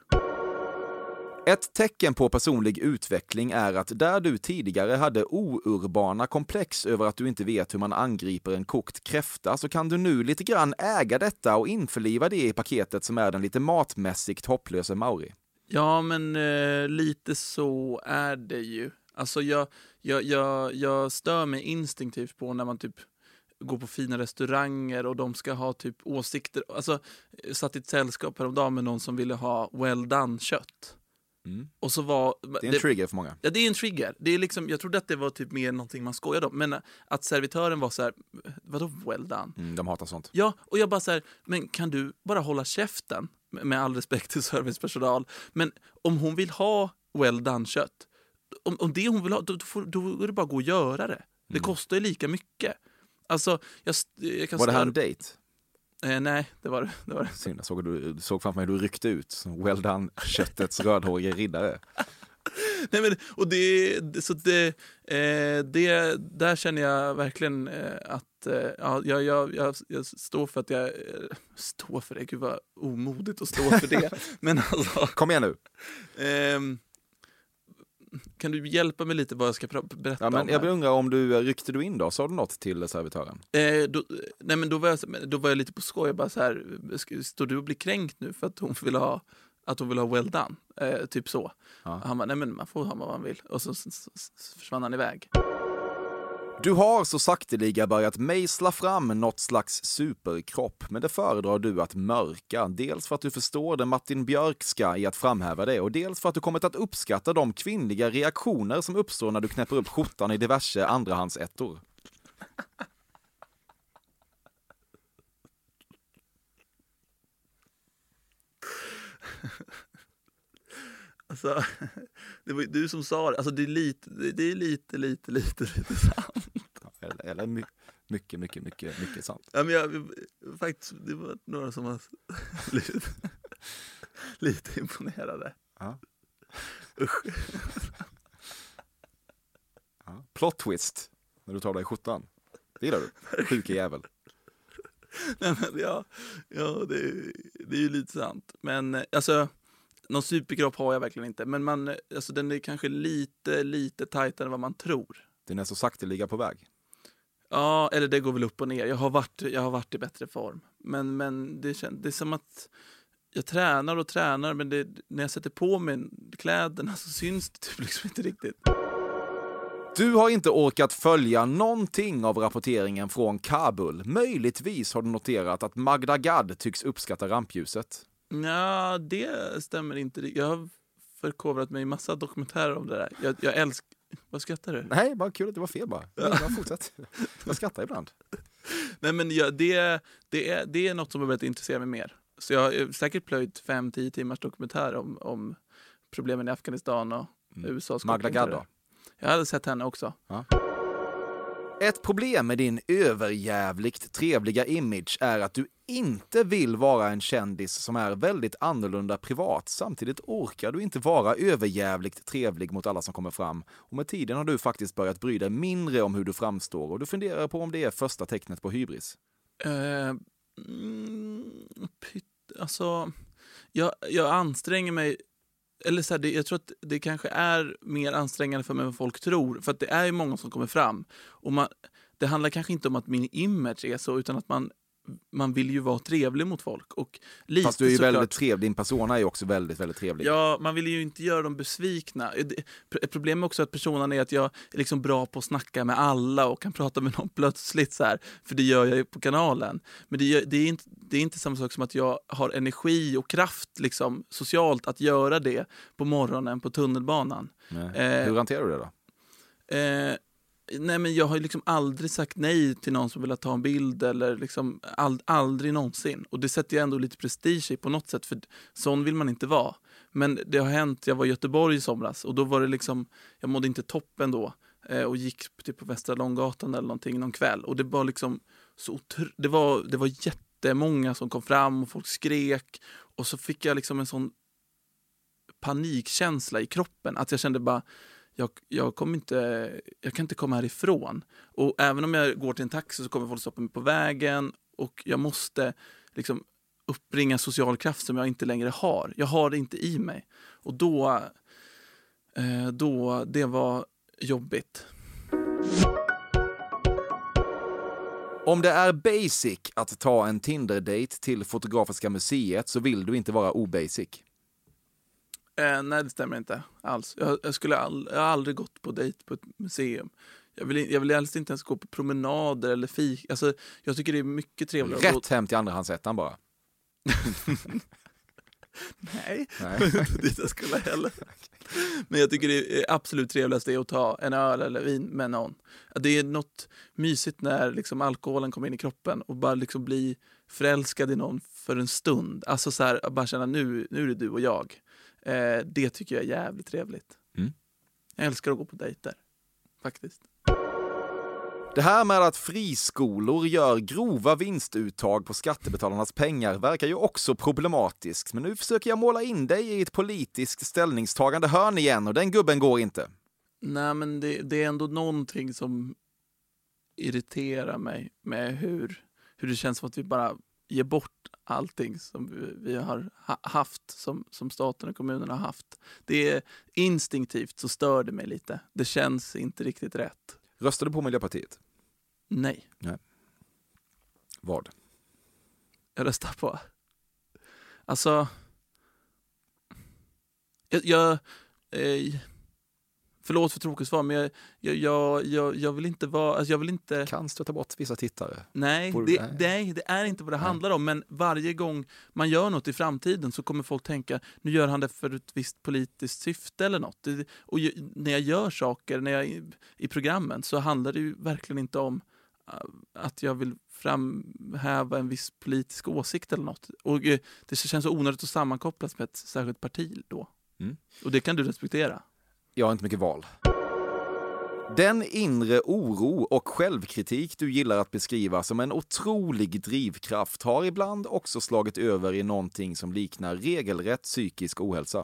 Ett tecken på personlig utveckling är att där du tidigare hade ourbana komplex över att du inte vet hur man angriper en kokt kräfta så kan du nu lite grann äga detta och införliva det i paketet som är den lite matmässigt hopplösa Mauri. Ja, men eh, lite så är det ju. Alltså jag, jag, jag, jag stör mig instinktivt på när man typ går på fina restauranger och de ska ha typ åsikter. Alltså, jag satt i ett sällskap häromdagen med någon som ville ha well done kött. Mm. Och så var, det är en det, trigger för många. Ja, det är en trigger. Det är liksom, jag trodde att det var typ mer någonting man skojade om. Men att servitören var så här, vadå well done? Mm, de hatar sånt. Ja, och jag bara så här, men kan du bara hålla käften? Med all respekt till servicepersonal. Men om hon vill ha well done kött, Om, om det hon vill ha, då, då, får, då är det bara att gå och göra det. Det mm. kostar ju lika mycket. Alltså, jag, jag kan var det här störa... en dejt? Eh, nej, det var det. det, var det. Synd, jag såg, du, du såg framför mig hur du ryckte ut. Well done, köttets rödhåriga riddare. Nej, men, och det, så det, eh, det, där känner jag verkligen eh, att eh, ja, jag, jag, jag, jag står för att jag eh, står för det. Gud vad omodigt att stå för det. Men alltså, kom igen nu. Eh, kan du hjälpa mig lite vad jag ska pra- berätta ja, men om jag här? undrar om du ryckte du in då? Sa du något till servitören? Eh, då, nej men då var, jag, då var jag lite på skoj. Jag bara så här, står du och blir kränkt nu för att hon vill ha att hon vill ha well done? Eh, typ så. Ja. Han bara, nej men man får ha vad man vill. Och så, så, så, så försvann han iväg. Du har så sakteliga börjat mejsla fram något slags superkropp, men det föredrar du att mörka. Dels för att du förstår det Martin Björkska i att framhäva det, och dels för att du kommit att uppskatta de kvinnliga reaktioner som uppstår när du knäpper upp skjortan i diverse andrahandsettor. Alltså, det var ju du som sa det. Alltså det är lite, det är lite, lite, lite, lite sant. Eller, eller my, mycket, mycket, mycket, mycket sant. Ja, men jag, faktiskt, det var några som var lite, lite imponerade. Ja. Usch. Ja. Plot twist, när du tar dig skjortan. Det gillar du, sjuke jävel. Nej, men ja, ja det, det är ju lite sant. Men alltså, någon superkropp har jag verkligen inte. Men man, alltså, den är kanske lite, lite tajtare än vad man tror. Den är så sakteliga på väg. Ja, eller det går väl upp och ner. Jag har varit, jag har varit i bättre form. Men, men det, känns, det är som att jag tränar och tränar, men det, när jag sätter på mig kläderna så syns det typ liksom inte riktigt. Du har inte orkat följa någonting av rapporteringen från Kabul. Möjligtvis har du noterat att Magda Gad tycks uppskatta rampljuset. Ja, det stämmer inte. Jag har förkovrat mig i massa dokumentärer om det där. Jag, jag älskar... Vad skrattar du? Nej, bara kul att det var fel bara. Ja. Jag fortsätt. Jag skrattar ibland. Nej, men ja, det, det, är, det är något som har börjat intressera mig mer. Så jag har säkert plöjt fem till tio timmars dokumentär om, om problemen i Afghanistan och mm. U S A:s Magda Gad då? Jag hade sett henne också. Ja. Ett problem med din överjävligt trevliga image är att du inte vill vara en kändis som är väldigt annorlunda privat. Samtidigt orkar du inte vara överjävligt trevlig mot alla som kommer fram. Och med tiden har du faktiskt börjat bry dig mindre om hur du framstår. Och du funderar på om det är första tecknet på hybris. Uh, mm, pytt, alltså, jag, jag anstränger mig. Eller så här, det, jag tror att det kanske är mer ansträngande för mig än vad folk tror. För att det är ju många som kommer fram. Och man, det handlar kanske inte om att min image är så, utan att man, man vill ju vara trevlig mot folk. Och lite, fast du är ju såklart, väldigt trevlig, din persona är ju också väldigt, väldigt trevlig. Ja, man vill ju inte göra dem besvikna. Ett problem är också att personen är att jag är liksom bra på att snacka med alla och kan prata med någon plötsligt så här. För det gör jag ju på kanalen. Men det, gör, det, är inte, det är inte samma sak som att jag har energi och kraft liksom, socialt att göra det på morgonen på tunnelbanan. Eh, Hur hanterar du det då? Eh, nej, men jag har ju liksom aldrig sagt nej till någon som vill ta en bild eller liksom ald- aldrig någonsin. Och det sätter jag ändå lite prestige i på något sätt, för sån vill man inte vara. Men det har hänt, jag var i Göteborg i somras och då var det liksom, jag mådde inte toppen då eh, och gick typ på Västra Långgatan eller någonting någon kväll och det var liksom så otr- det var det var jättemånga som kom fram och folk skrek och så fick jag liksom en sån panikkänsla i kroppen att jag kände bara Jag, jag, kommer inte, jag kan inte komma härifrån. Och även om jag går till en taxi så kommer folk stoppa mig på vägen. Och jag måste liksom uppbringa social kraft som jag inte längre har. Jag har det inte i mig. Och då, eh, då det var jobbigt. Om det är basic att ta en Tinder-date till Fotografiska museet så vill du inte vara obasic. Eh, nej, det stämmer inte alls. Jag, jag, skulle all, jag har aldrig gått på dejt på ett museum. Jag vill, jag vill helst inte ens gå på promenader eller fik. Alltså, jag tycker det är mycket trevligare. Rätt hem till andrahandsettan bara. Nej, det jag skulle heller. Men jag tycker det är absolut trevligast är att ta en öl eller vin med någon. Det är något mysigt när liksom alkoholen kommer in i kroppen och bara liksom bli förälskad i någon för en stund. Alltså så här, bara känna nu, nu är det du och jag. Eh, det tycker jag är jävligt trevligt. Mm. Jag älskar att gå på dejter, faktiskt. Det här med att friskolor gör grova vinstuttag på skattebetalarnas pengar verkar ju också problematiskt. Men nu försöker jag måla in dig i ett politiskt ställningstagande hörn igen och den gubben går inte. Nej, men det, det är ändå någonting som irriterar mig med hur, hur det känns som att vi bara ger bort allting som vi, vi har ha, haft, som, som staten och kommunerna har haft. Det är instinktivt så stör det mig lite. Det känns inte riktigt rätt. Röstade du på Miljöpartiet? Nej. Nej. Vad? Jag röstar på. Alltså... Jag... jag eh, förlåt för tråkigt svar, men jag, jag, jag, jag, jag vill inte vara... Alltså jag vill inte... Kan stöta bort vissa tittare? Nej, Borde, det, nej. nej, det är inte vad det nej. handlar om. Men varje gång man gör något i framtiden så kommer folk tänka, nu gör han det för ett visst politiskt syfte eller något. Det, och ju, när jag gör saker när jag, i, i programmen så handlar det ju verkligen inte om att jag vill framhäva en viss politisk åsikt eller något. Och det känns så onödigt att sammankopplas med ett särskilt parti då. Mm. Och det kan du respektera. Jag har inte mycket val. Den inre oro och självkritik du gillar att beskriva som en otrolig drivkraft har ibland också slagit över i någonting som liknar regelrätt psykisk ohälsa.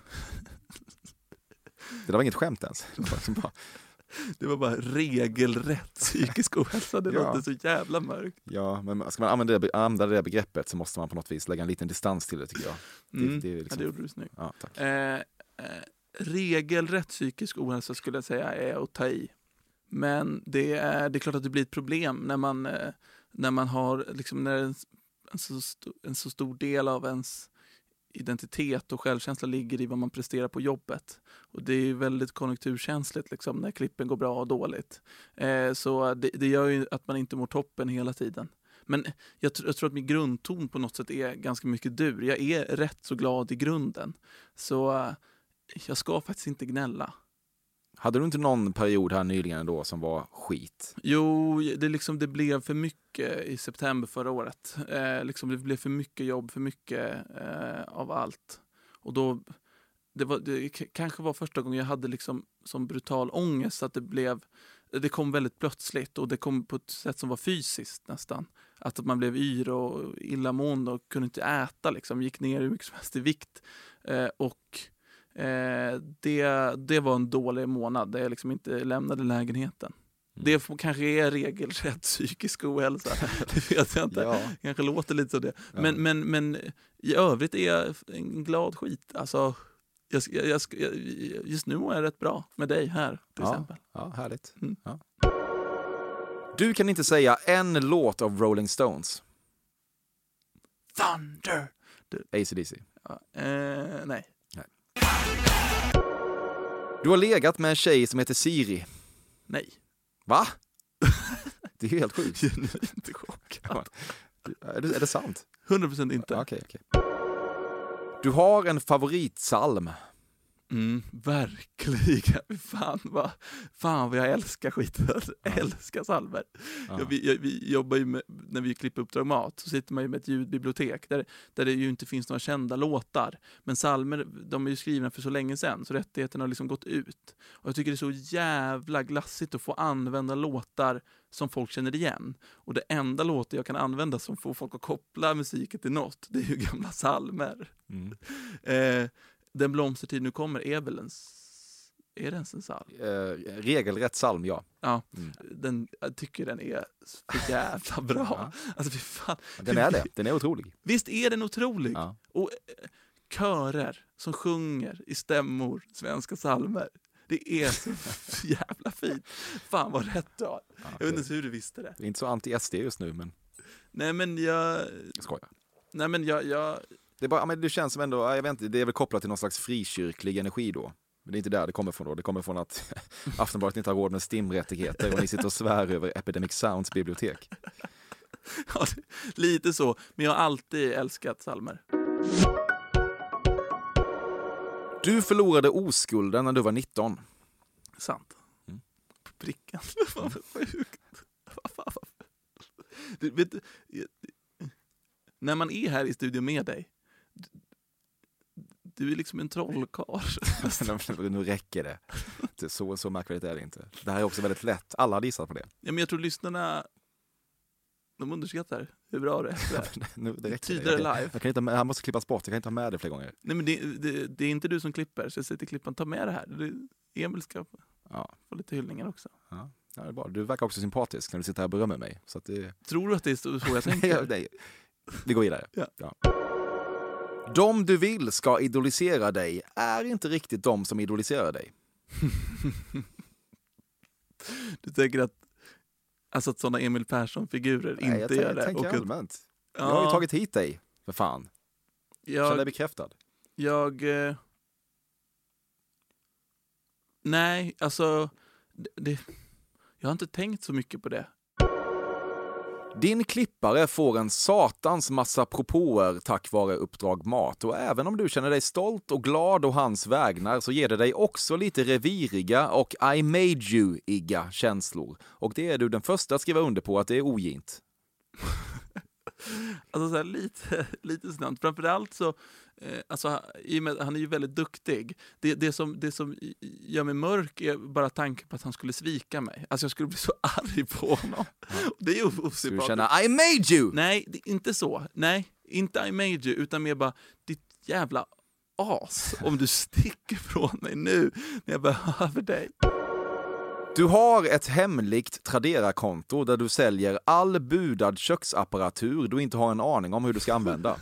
Det var inget skämt ens. Det var bara... Det var bara regelrätt psykisk ohälsa. Det ja. låter så jävla mörkt. Ja, men ska man använda det, använda det begreppet så måste man på något vis lägga en liten distans till det, tycker jag. Mm. Det, det, är liksom... ja, det gjorde du snyggt. Ja, tack. Eh, eh, regelrätt psykisk ohälsa skulle jag säga är att ta i. Men det är, det är klart att det blir ett problem när man, eh, när man har liksom, när en, en, så st- en så stor del av ens identitet och självkänsla ligger i vad man presterar på jobbet. Och det är väldigt konjunkturkänsligt liksom, när klippen går bra och dåligt. Eh, så det, det gör ju att man inte mår toppen hela tiden. Men jag, jag tror att min grundton på något sätt är ganska mycket dur. Jag är rätt så glad i grunden. Så eh, jag ska faktiskt inte gnälla. Hade du inte någon period här nyligen då som var skit? Jo, det, liksom, det blev för mycket i september förra året. Eh, liksom, det blev för mycket jobb, för mycket eh, av allt. Och då, det, var, det k- kanske var första gången jag hade liksom, som brutal ångest. Att det, blev, det kom väldigt plötsligt och det kom på ett sätt som var fysiskt nästan. Att, att man blev yr och illamående och kunde inte äta. Liksom, gick ner hur mycket som helst i vikt. Eh, och... Eh, det, det var en dålig månad där jag liksom inte lämnade lägenheten. Mm. Det får, kanske är regelrätt psykisk ohälsa. Det vet jag inte. Ja. Kanske låter lite så det. Ja. Men, men, men i övrigt är jag en glad skit. Alltså, jag, jag, jag, just nu är jag rätt bra med dig här till ja. exempel. Ja, härligt. Mm. Ja. Du kan inte säga en låt av Rolling Stones. Thunder! Du. A C D C. Ja, eh, nej. Du har legat med en tjej som heter Siri. Nej. Va? Det är ju helt sjukt. Jag är inte chockad. Är det, är det sant? hundra procent inte. Okej, okej. Du har en favoritsalm. Mm, verkligen. Fan vad, fan vad jag älskar skiten. Jag älskar salmer. Ja. Jag, vi, jag, vi jobbar ju med, när vi klipper Uppdrag Mat så sitter man ju med ett ljudbibliotek där, där det ju inte finns några kända låtar. Men salmer, de är ju skrivna för så länge sedan så rättigheterna har liksom gått ut. Och jag tycker det är så jävla glassigt att få använda låtar som folk känner igen. Och det enda låten jag kan använda som får folk att koppla musiken till något, det är ju gamla salmer. Mm. Eh, Den blomstertid nu kommer är väl en, är det ens en psalm? Eh, regelrätt psalm, ja. Ja, mm. den, jag tycker den är så jävla bra. Ja. Alltså, fy fan. Den är det, den är otrolig. Visst är den otrolig? Ja. Och eh, körer som sjunger i stämmor svenska psalmer. Det är så jävla fint. Fan vad rätt du har. Ja, jag vet inte hur du visste det. Det är inte så anti-S D just nu, men... Nej, men jag... Jag skojar. Nej, men jag... jag... Det, är bara, men det känns som ändå, jag vet inte, det är väl kopplat till någon slags frikyrklig energi då. Men det är inte där det kommer från då. Det kommer från att Aftonbladet inte har råd med stimrättigheter och ni sitter och svär över Epidemic Sounds bibliotek. Ja, lite så. Men jag har alltid älskat psalmer. Du förlorade oskulden när du var nitton. Sant. Mm. På pricken. Fan vad sjukt. Du, vet du, när man är här i studion med dig, Du är liksom en trollkarl. Nu räcker det. det så, så märkligt är det inte. Det här är också väldigt lätt. Alla hade gissat på det. Ja, men jag tror lyssnarna, de underskattar hur bra det är. nu, det räcker. Tidigare jag, live. Jag kan inte, det här måste klippas bort. Jag kan inte ha med det fler gånger. Nej, men det, det, det är inte du som klipper. Så jag säger till klippan, ta med det här. Det, Emil ska ja. få lite hyllningar också. Ja. Ja, det är bra. Du verkar också sympatisk när du sitter här och berömmer mig. Så att det... Tror du att det är så, så jag tänker? Nej, vi går vidare. Ja. Ja. De du vill ska idolisera dig är inte riktigt de som idoliserar dig. Du tänker att, alltså att sådana Emil Persson-figurer Nej, inte jag gör det? Jag tänker och allmänt. Ja. Jag har ju tagit hit dig, för fan. Jag, Känner dig bekräftad. Jag... Eh, nej, alltså... Det, det, jag har inte tänkt så mycket på det. Din klippare får en satans massa propåer tack vare Uppdrag Mat. Och även om du känner dig stolt och glad och hans vägnar så ger det dig också lite reviriga och I made you-iga känslor. Och det är du den första att skriva under på att det är ogint. Alltså så här, lite, lite snabbt. Framförallt så, eh, alltså, i och med, han är ju väldigt duktig. Det, det, som, det som gör mig mörk är bara tanken på att han skulle svika mig. Alltså jag skulle bli så arg på honom. Ja. Det är ju osympatiskt. Du känner I made you! Nej, det, inte så. Nej, inte I made you, utan mer bara ditt jävla as om du sticker från mig nu när jag behöver dig. Du har ett hemligt Tradera-konto där du säljer all budad köksapparatur du inte har en aning om hur du ska använda.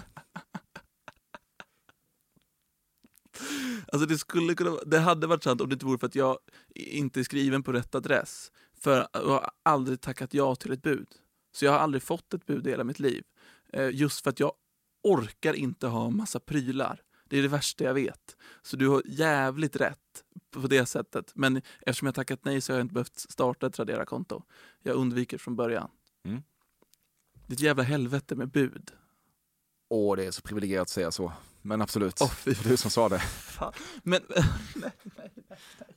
Alltså det skulle kunna, det hade varit sant om det inte vore för att jag inte är skriven på rätt adress. För jag har aldrig tackat ja till ett bud. Så jag har aldrig fått ett bud i hela mitt liv. Just för att jag orkar inte ha en massa prylar. Det är det värsta jag vet. Så du har jävligt rätt på det sättet. Men eftersom jag tackat nej så har jag inte behövt starta ett Tradera-konto. Jag undviker från början. Mm. Det är ett jävla helvete med bud. Åh, det är så privilegierat att säga så. Men absolut, oh, det var du som sa det. Fan. Men, nej, nej, nej.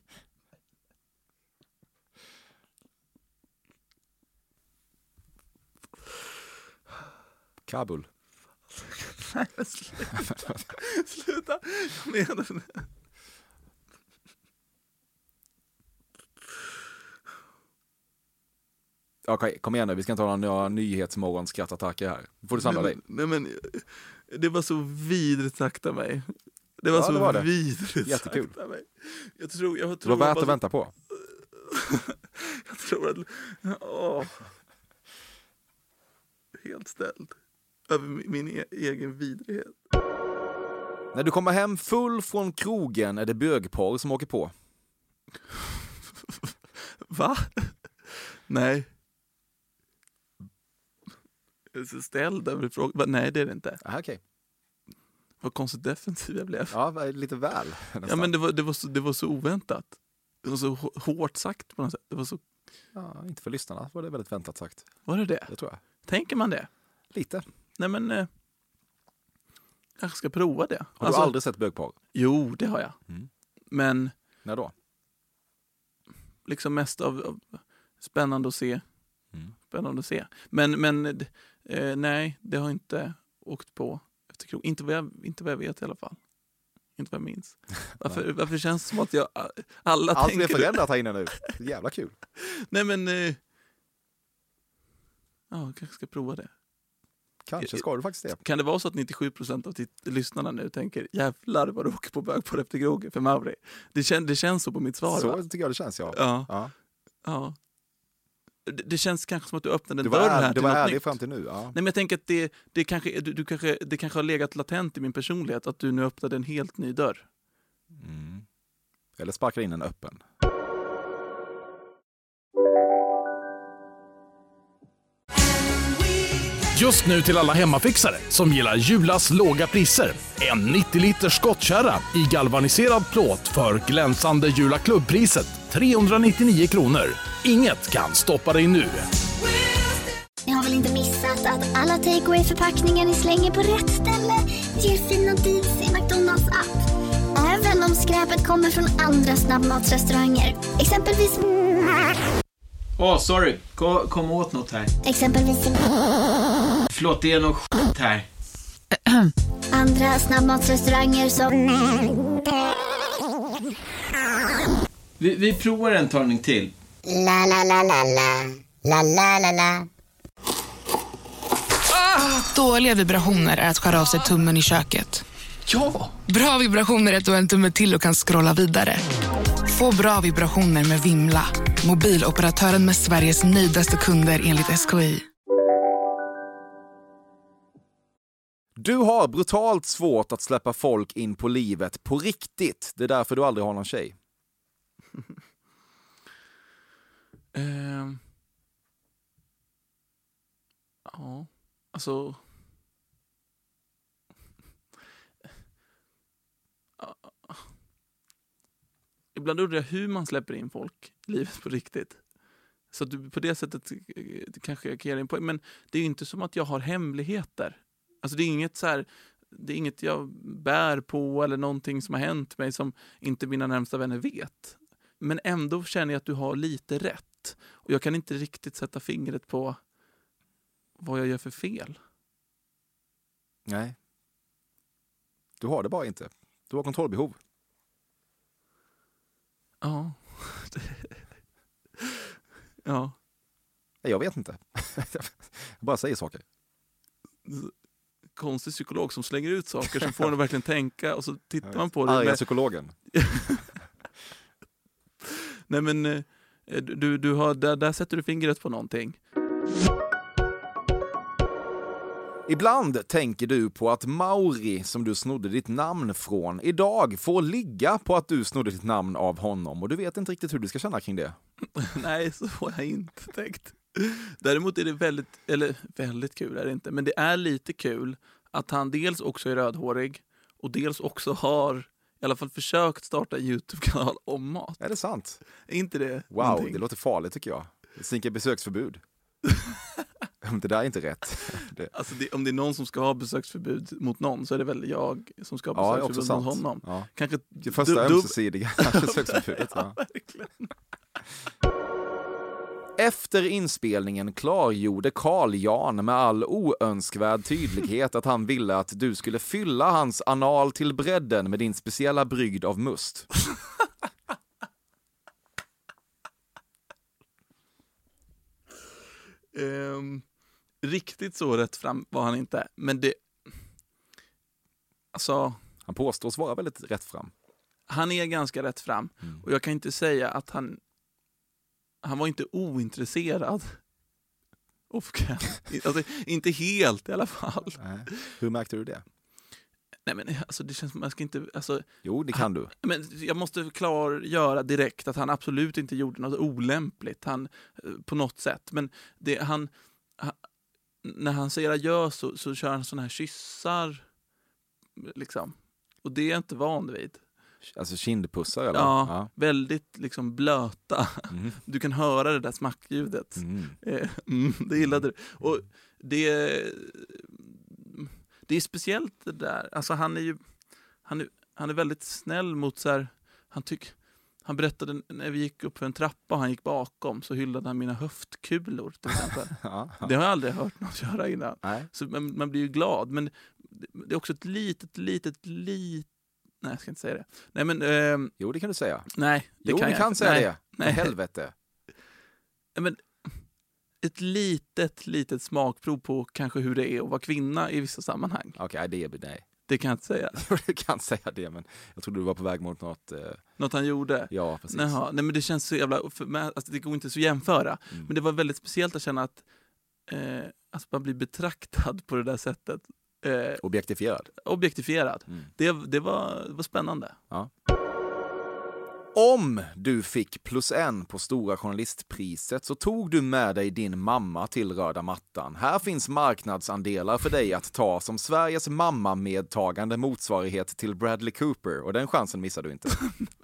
Kabul. Nej, men sluta. Sluta. Jag menar det. Okej, kom igen nu. Vi ska inte ha några nyhetsmorgon skrattattacker här. Får du samla dig. Nej, men det var så vidrigt sagt av mig. Det var ja, så det var det. vidrigt Jättekul. sagt av mig. Jag tror, jag tror det var värt bara... att vänta på. Jag tror att... Åh. Helt ställd. Över min e- egen vidrighet. När du kommer hem full från krogen är det bögpar som åker på. Va? Nej. Jag är så ställd över frågan. Nej, det är det inte. Aha, okej. Vad konstigt defensiv jag blev. Ja, lite väl. Nästan. Ja, men det var, det, var så, det var så oväntat. Det var så hårt sagt på något sätt. Det var så... Ja, inte för lyssnarna var det väldigt väntat sagt. Var det det? Det tror jag. Tänker man det? Lite. Nej, men... Eh, kanske ska prova det. Har alltså, du aldrig sett bögpar? Jo, det har jag. Mm. Men... När då? Liksom mest av, av spännande att se. Mm. Spännande att se. Men, men eh, nej, det har inte åkt på efter krog. Inte vad jag, inte vad jag vet i alla fall. Inte vad jag minns. Varför, varför känns det som att jag alla allt tänker... Allt är förändrat här inne nu. Jävla kul. Nej, men... Eh, ja, jag kanske ska prova det. Kanske ska du faktiskt det. Kan det vara så att nittiosju procent av titt- lyssnarna nu tänker jävlar vad du åker på bög på efter krogen för Mauri? Det, kän- det känns så på mitt svar. Så va? tycker jag det känns, ja. Ja. ja. ja. Det, det känns kanske som att du öppnade en du dörr är, här du till var något ärlig nytt. fram till nu. Ja. Nej, men jag tänker att det, det, kanske, du, du kanske, det kanske har legat latent i min personlighet att du nu öppnade en helt ny dörr. Mm. Eller sparkar in en öppen. Just nu till alla hemmafixare som gillar Julas låga priser. En nittio liters skottkärra i galvaniserad plåt för glänsande Jula klubbpriset trehundranittionio kronor. Inget kan stoppa dig nu. Ni har väl inte missat att alla takeaway förpackningar ni slänger på rätt ställe ger fina deals i McDonalds app. Även om skräpet kommer från andra snabbmatsrestauranger. Exempelvis... Åh, oh, sorry. Kom, kom åt något här. Exempelvis... Förlåt, det är något skit här. andra snabbmatsrestauranger som... Vi, vi provar en talning till. La la la la la. La la la la. Dåliga vibrationer är att skära av sig tummen i köket. Ja! Bra vibrationer är att du har en tumme till och kan scrolla vidare. Få bra vibrationer med Vimla. Mobiloperatören med Sveriges nöjdaste kunder enligt S K I. Du har brutalt svårt att släppa folk in på livet på riktigt. Det är därför du aldrig har någon tjej. um, ja, alltså... Ibland undrar jag hur man släpper in folk i livet på riktigt. Så att du på det sättet kanske jag kan ge dig en poäng. Men det är ju inte som att jag har hemligheter. Alltså det är inget så här, det är inget jag bär på eller någonting som har hänt mig som inte mina närmsta vänner vet. Men ändå känner jag att du har lite rätt. Och jag kan inte riktigt sätta fingret på vad jag gör för fel. Nej. Du har det bara inte. Du har kontrollbehov. Ja. Ja. Jag vet inte. Jag bara säger saker. Konstig psykolog som slänger ut saker som får en att verkligen tänka och så tittar man på det. Arga med... psykologen. Nej men du, du har, där, där sätter du fingret på någonting. Ibland tänker du på att Mauri, som du snodde ditt namn från, idag får ligga på att du snodde ditt namn av honom. Och du vet inte riktigt hur du ska känna kring det. Nej, så har jag inte tänkt. Däremot är det väldigt, eller väldigt kul är det inte, men det är lite kul att han dels också är rödhårig och dels också har i alla fall försökt starta en YouTube-kanal om mat. Är det sant? Är inte det Wow, någonting? det låter farligt tycker jag. Sänka besöksförbud. Det där är inte rätt. Det... Alltså det, om det är någon som ska ha besöksförbud mot någon så är det väl jag som ska ha Ja, besöksförbud också mot sant. honom. Ja. Kanske Det första du, ömsesidiga besöksförbudet. Ja, Ja. verkligen. Efter inspelningen klargjorde Carl Jan med all oönskvärd tydlighet att han ville att du skulle fylla hans anal till bredden med din speciella brygd av must. Um, riktigt så rätt fram var han inte. Men det... Alltså... Han påstås vara väldigt rätt fram. Han är ganska rätt fram. Mm. Och jag kan inte säga att han... Han var inte ointresserad. Alltså, inte helt i alla fall. Nej. Hur märkte du det? Nej men alltså det känns som man ska inte... Alltså, jo, det kan han, du. Men jag måste klargöra direkt att han absolut inte gjorde något olämpligt. Han, på något sätt. Men det, han, han... När han säger adjö så, så kör han såna här kyssar. Liksom. Och det är jag inte van vid. Alltså kindpussar eller? Ja, ja. väldigt liksom blöta. Mm. Du kan höra det där smackljudet. Mm. Mm, det gillade du. Och det, det är speciellt det där. Alltså han är ju han är, han är väldigt snäll mot så här, han tyck, han berättade när vi gick upp för en trappa och han gick bakom så hyllade han mina höftkulor till exempel. ja, ja. Det har jag aldrig hört någon göra innan. Nej. Så man, man blir ju glad. Men det är också ett litet, litet, litet Nej, jag ska inte säga det. Nej, men, eh, jo, det kan du säga. Nej, det jo, kan du jag kan inte. säga nej, det. Nej. Helvete. Men, ett litet, litet smakprov på kanske hur det är att vara kvinna i vissa sammanhang. Okej, okay, det är nej. Det kan jag inte säga. Du kan säga det, men jag trodde du var på väg mot något... Eh... Något han gjorde? Ja, precis. Naha, nej, men det känns så jävla... För, alltså, det går inte så jämföra. Mm. Men det var väldigt speciellt att känna att eh, alltså, man blir betraktad på det där sättet. Eh, objektifierad. Objektifierad. Mm. Det, det, var, det var spännande. Ja. Om du fick plus en på Stora journalistpriset så tog du med dig din mamma till röda mattan. Här finns marknadsandelar för dig att ta som Sveriges mamma medtagande motsvarighet till Bradley Cooper. Och den chansen missar du inte.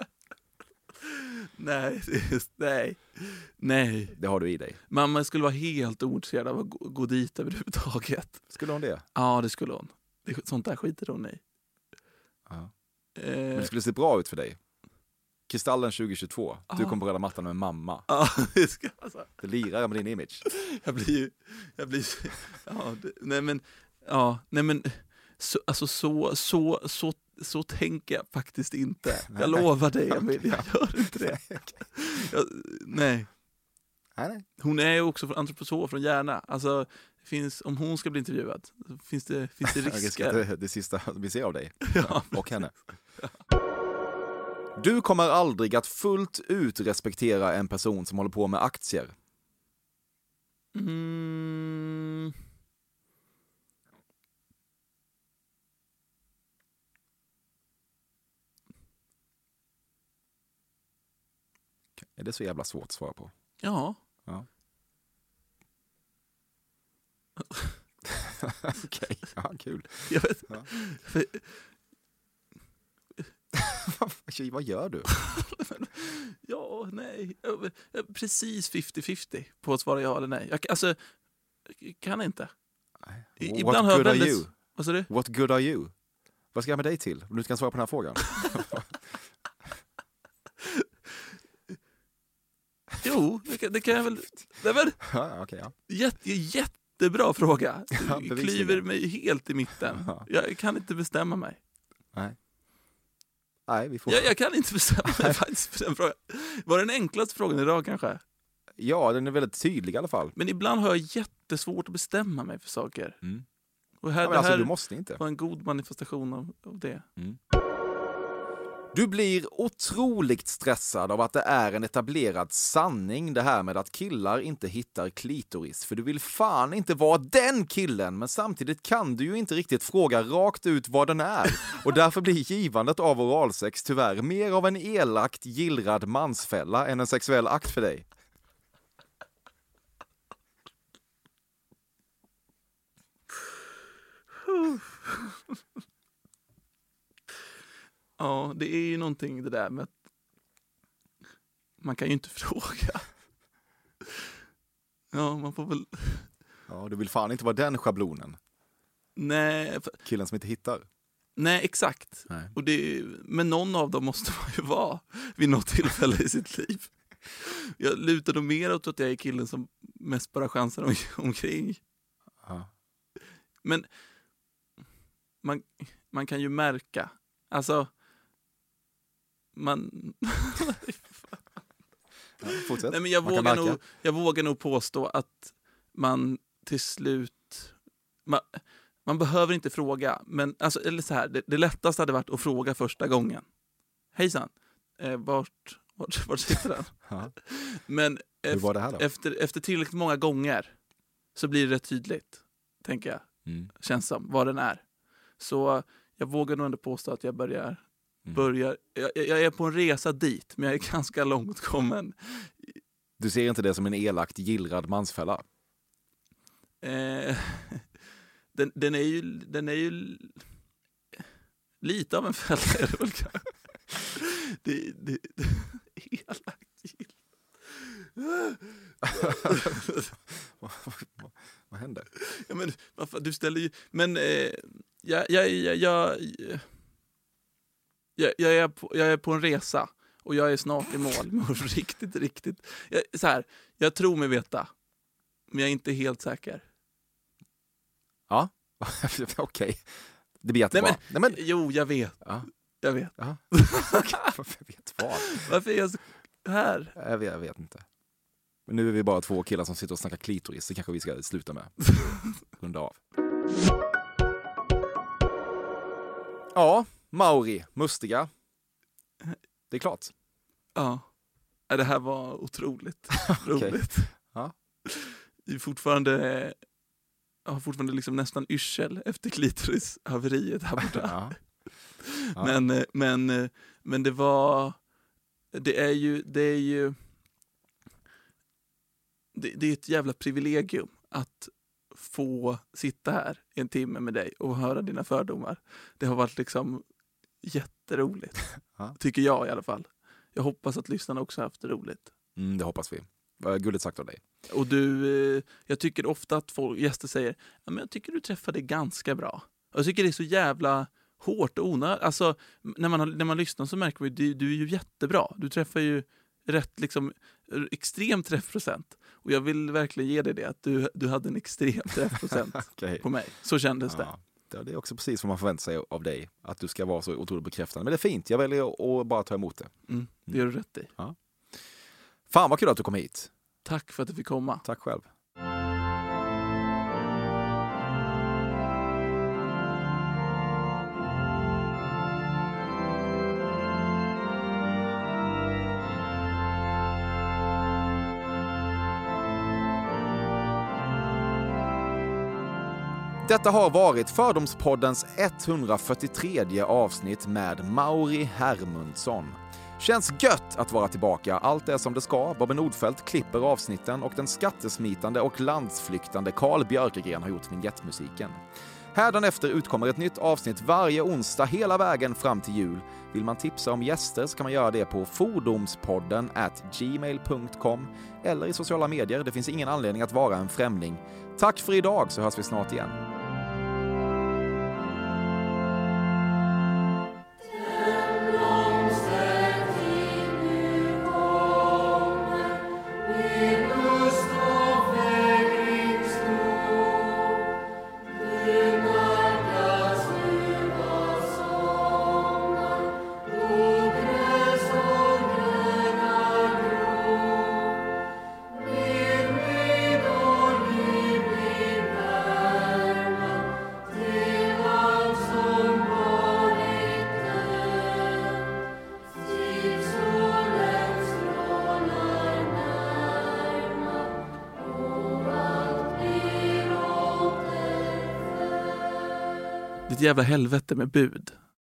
nej, nej, nej. Det har du i dig. Mamma skulle vara helt ointresserad av att gå, gå dit överhuvudtaget. Skulle hon det? Ja, det skulle hon. Det, sånt där skiter hon i. Ja. Eh. Men det skulle se bra ut för dig. Kristallen tjugo tjugotvå. Ah. Du kom på röda mattan med mamma. Ja, det ska alltså. Det lirar med din image. Jag blir ju... Jag blir, ja, det, nej men... Ja, nej men... så, alltså så, så, så, så tänker jag faktiskt inte. Jag lovar dig, Emil, jag gör inte det. Jag, nej. nej. Hon är ju också från antroposof från Järna. Alltså, finns, om hon ska bli intervjuad, finns det, finns det risker. Det, det sista vi ser av dig ja. och henne. Du kommer aldrig att fullt ut respektera en person som håller på med aktier. Mm. Är det så jävla svårt att svara på? Ja. Ja. Okej, okay. Ja, kul. Jag vet. Ja. Vad gör du? Ja, nej. Precis femtio femtio på att svara ja eller nej. Jag, alltså, jag kan inte. I, What ibland good hör are väldigt... you? Vad sa du? What good are you? Vad ska jag med dig till? Om du kan svara på den här frågan. Jo, det kan, det kan jag väl... Det väl... Ja, okay, ja. Jätte, jättebra fråga. Ja, Du klyver mig helt i mitten. Ja. Jag kan inte bestämma mig. Nej. Nej, vi får... Jag, jag kan inte bestämma mig faktiskt på den frågan. Var det den enklaste frågan idag kanske? Ja, den är väldigt tydlig i alla fall. Men ibland har jag jättesvårt att bestämma mig för saker. Mm. Och här, ja, men det alltså, här du måste inte. var en god manifestation av, av det. Mm. Du blir otroligt stressad av att det är en etablerad sanning det här med att killar inte hittar klitoris. För du vill fan inte vara den killen, men samtidigt kan du ju inte riktigt fråga rakt ut vad den är. Och därför blir givandet av oralsex tyvärr mer av en elakt gillrad mansfälla än en sexuell akt för dig. Ja, det är ju någonting det där med att man kan ju inte fråga. Ja, man får väl... Ja, du vill fan inte vara den schablonen. Nej. För... Killen som inte hittar. Nej, exakt. Nej. Och det, men någon av dem måste man ju vara vid något tillfälle i sitt liv. Jag lutar nog mer åt att jag är killen som mest bara chansar om, omkring. Ja. Men man, man kan ju märka. Alltså, man... Ja, fortsätt. Nej, men jag, Man vågar kan nog, jag vågar nog påstå att man till slut... Man, man behöver inte fråga, men alltså, eller så här, det, det lättaste hade varit att fråga första gången. Hejsan, eh, vart, vart, vart sitter den? Ja. Men Hur var det här då? efter, efter tillräckligt många gånger så blir det rätt tydligt, tänker jag. Mm. Känns som, vad den är. Så jag vågar nog ändå påstå att jag börjar... Mm. börjar jag, jag är på en resa dit, men jag är ganska långt kommen. Du ser inte det som en elakt gillrad mansfälla? Eh, den, den, är ju, den är ju lite av en fälla, är det väl kanske. Det, det, det, elakt gill. vad, vad, vad händer? Ja, men, du ställer ju... Men eh, jag, jag, jag, jag, jag, jag, är på, jag är på en resa och jag är snart i mål. Men riktigt, riktigt... Jag, så här, jag tror mig veta, men jag är inte helt säker. Ja, okej. Okay. Det blir jättebra. Nej, men, Nej, men... Jo, jag vet. Ja. Jag vet. Ja. Varför vet vad? Varför är jag så här? Jag vet, jag vet inte. Men nu är vi bara två killar som sitter och snackar klitoris. Det kanske vi ska sluta med. Runda av. Ja, Mauri, mustiga. Det är klart. Ja. Det här var otroligt roligt. Ja. Jag är fortfarande... Jag har fortfarande liksom nästan yrsel efter klitorishaveriet här borta. Ja. Ja. Men, men, men det var... Det är ju... Det är ju... Det, det är ett jävla privilegium att få sitta här en timme med dig och höra dina fördomar. Det har varit liksom jätteroligt. Ja. Tycker jag i alla fall. Jag hoppas att lyssnarna också har haft det roligt. Mm, det hoppas vi. Gulligt sagt av dig. Och du, jag tycker ofta att folk, gäster säger, ja, men jag tycker du träffade ganska bra. Och jag tycker det är så jävla hårt och onödigt. Alltså, när man, när man lyssnar så märker man att du, du är ju jättebra. Du träffar ju rätt, liksom, extrem träffprocent. Och jag vill verkligen ge dig det, att du, du hade en extrem träffprocent okay. på mig. Så kändes ja. det. lite. Det är också precis vad man förväntar sig av dig. Att du ska vara så otroligt bekräftande. Men det är fint, jag väljer att bara ta emot det. Mm, det gör du rätt i. Ja. Fan vad kul att du kom hit. Tack för att du fick komma. Tack själv. Detta har varit Fördomspoddens etthundrafyrtiotredje avsnitt med Mauri Hermundsson. Känns gött att vara tillbaka. Allt är som det ska. Bobben Nordfeldt klipper avsnitten och den skattesmitande och landsflyktande Carl Björkegren har gjort vignettmusiken. Hädanefter utkommer ett nytt avsnitt varje onsdag hela vägen fram till jul. Vill man tipsa om gäster så kan man göra det på fordomspodden at gmail punkt com eller i sociala medier. Det finns ingen anledning att vara en främling. Tack för idag, så hörs vi snart igen. Ditt jävla helvete med bud.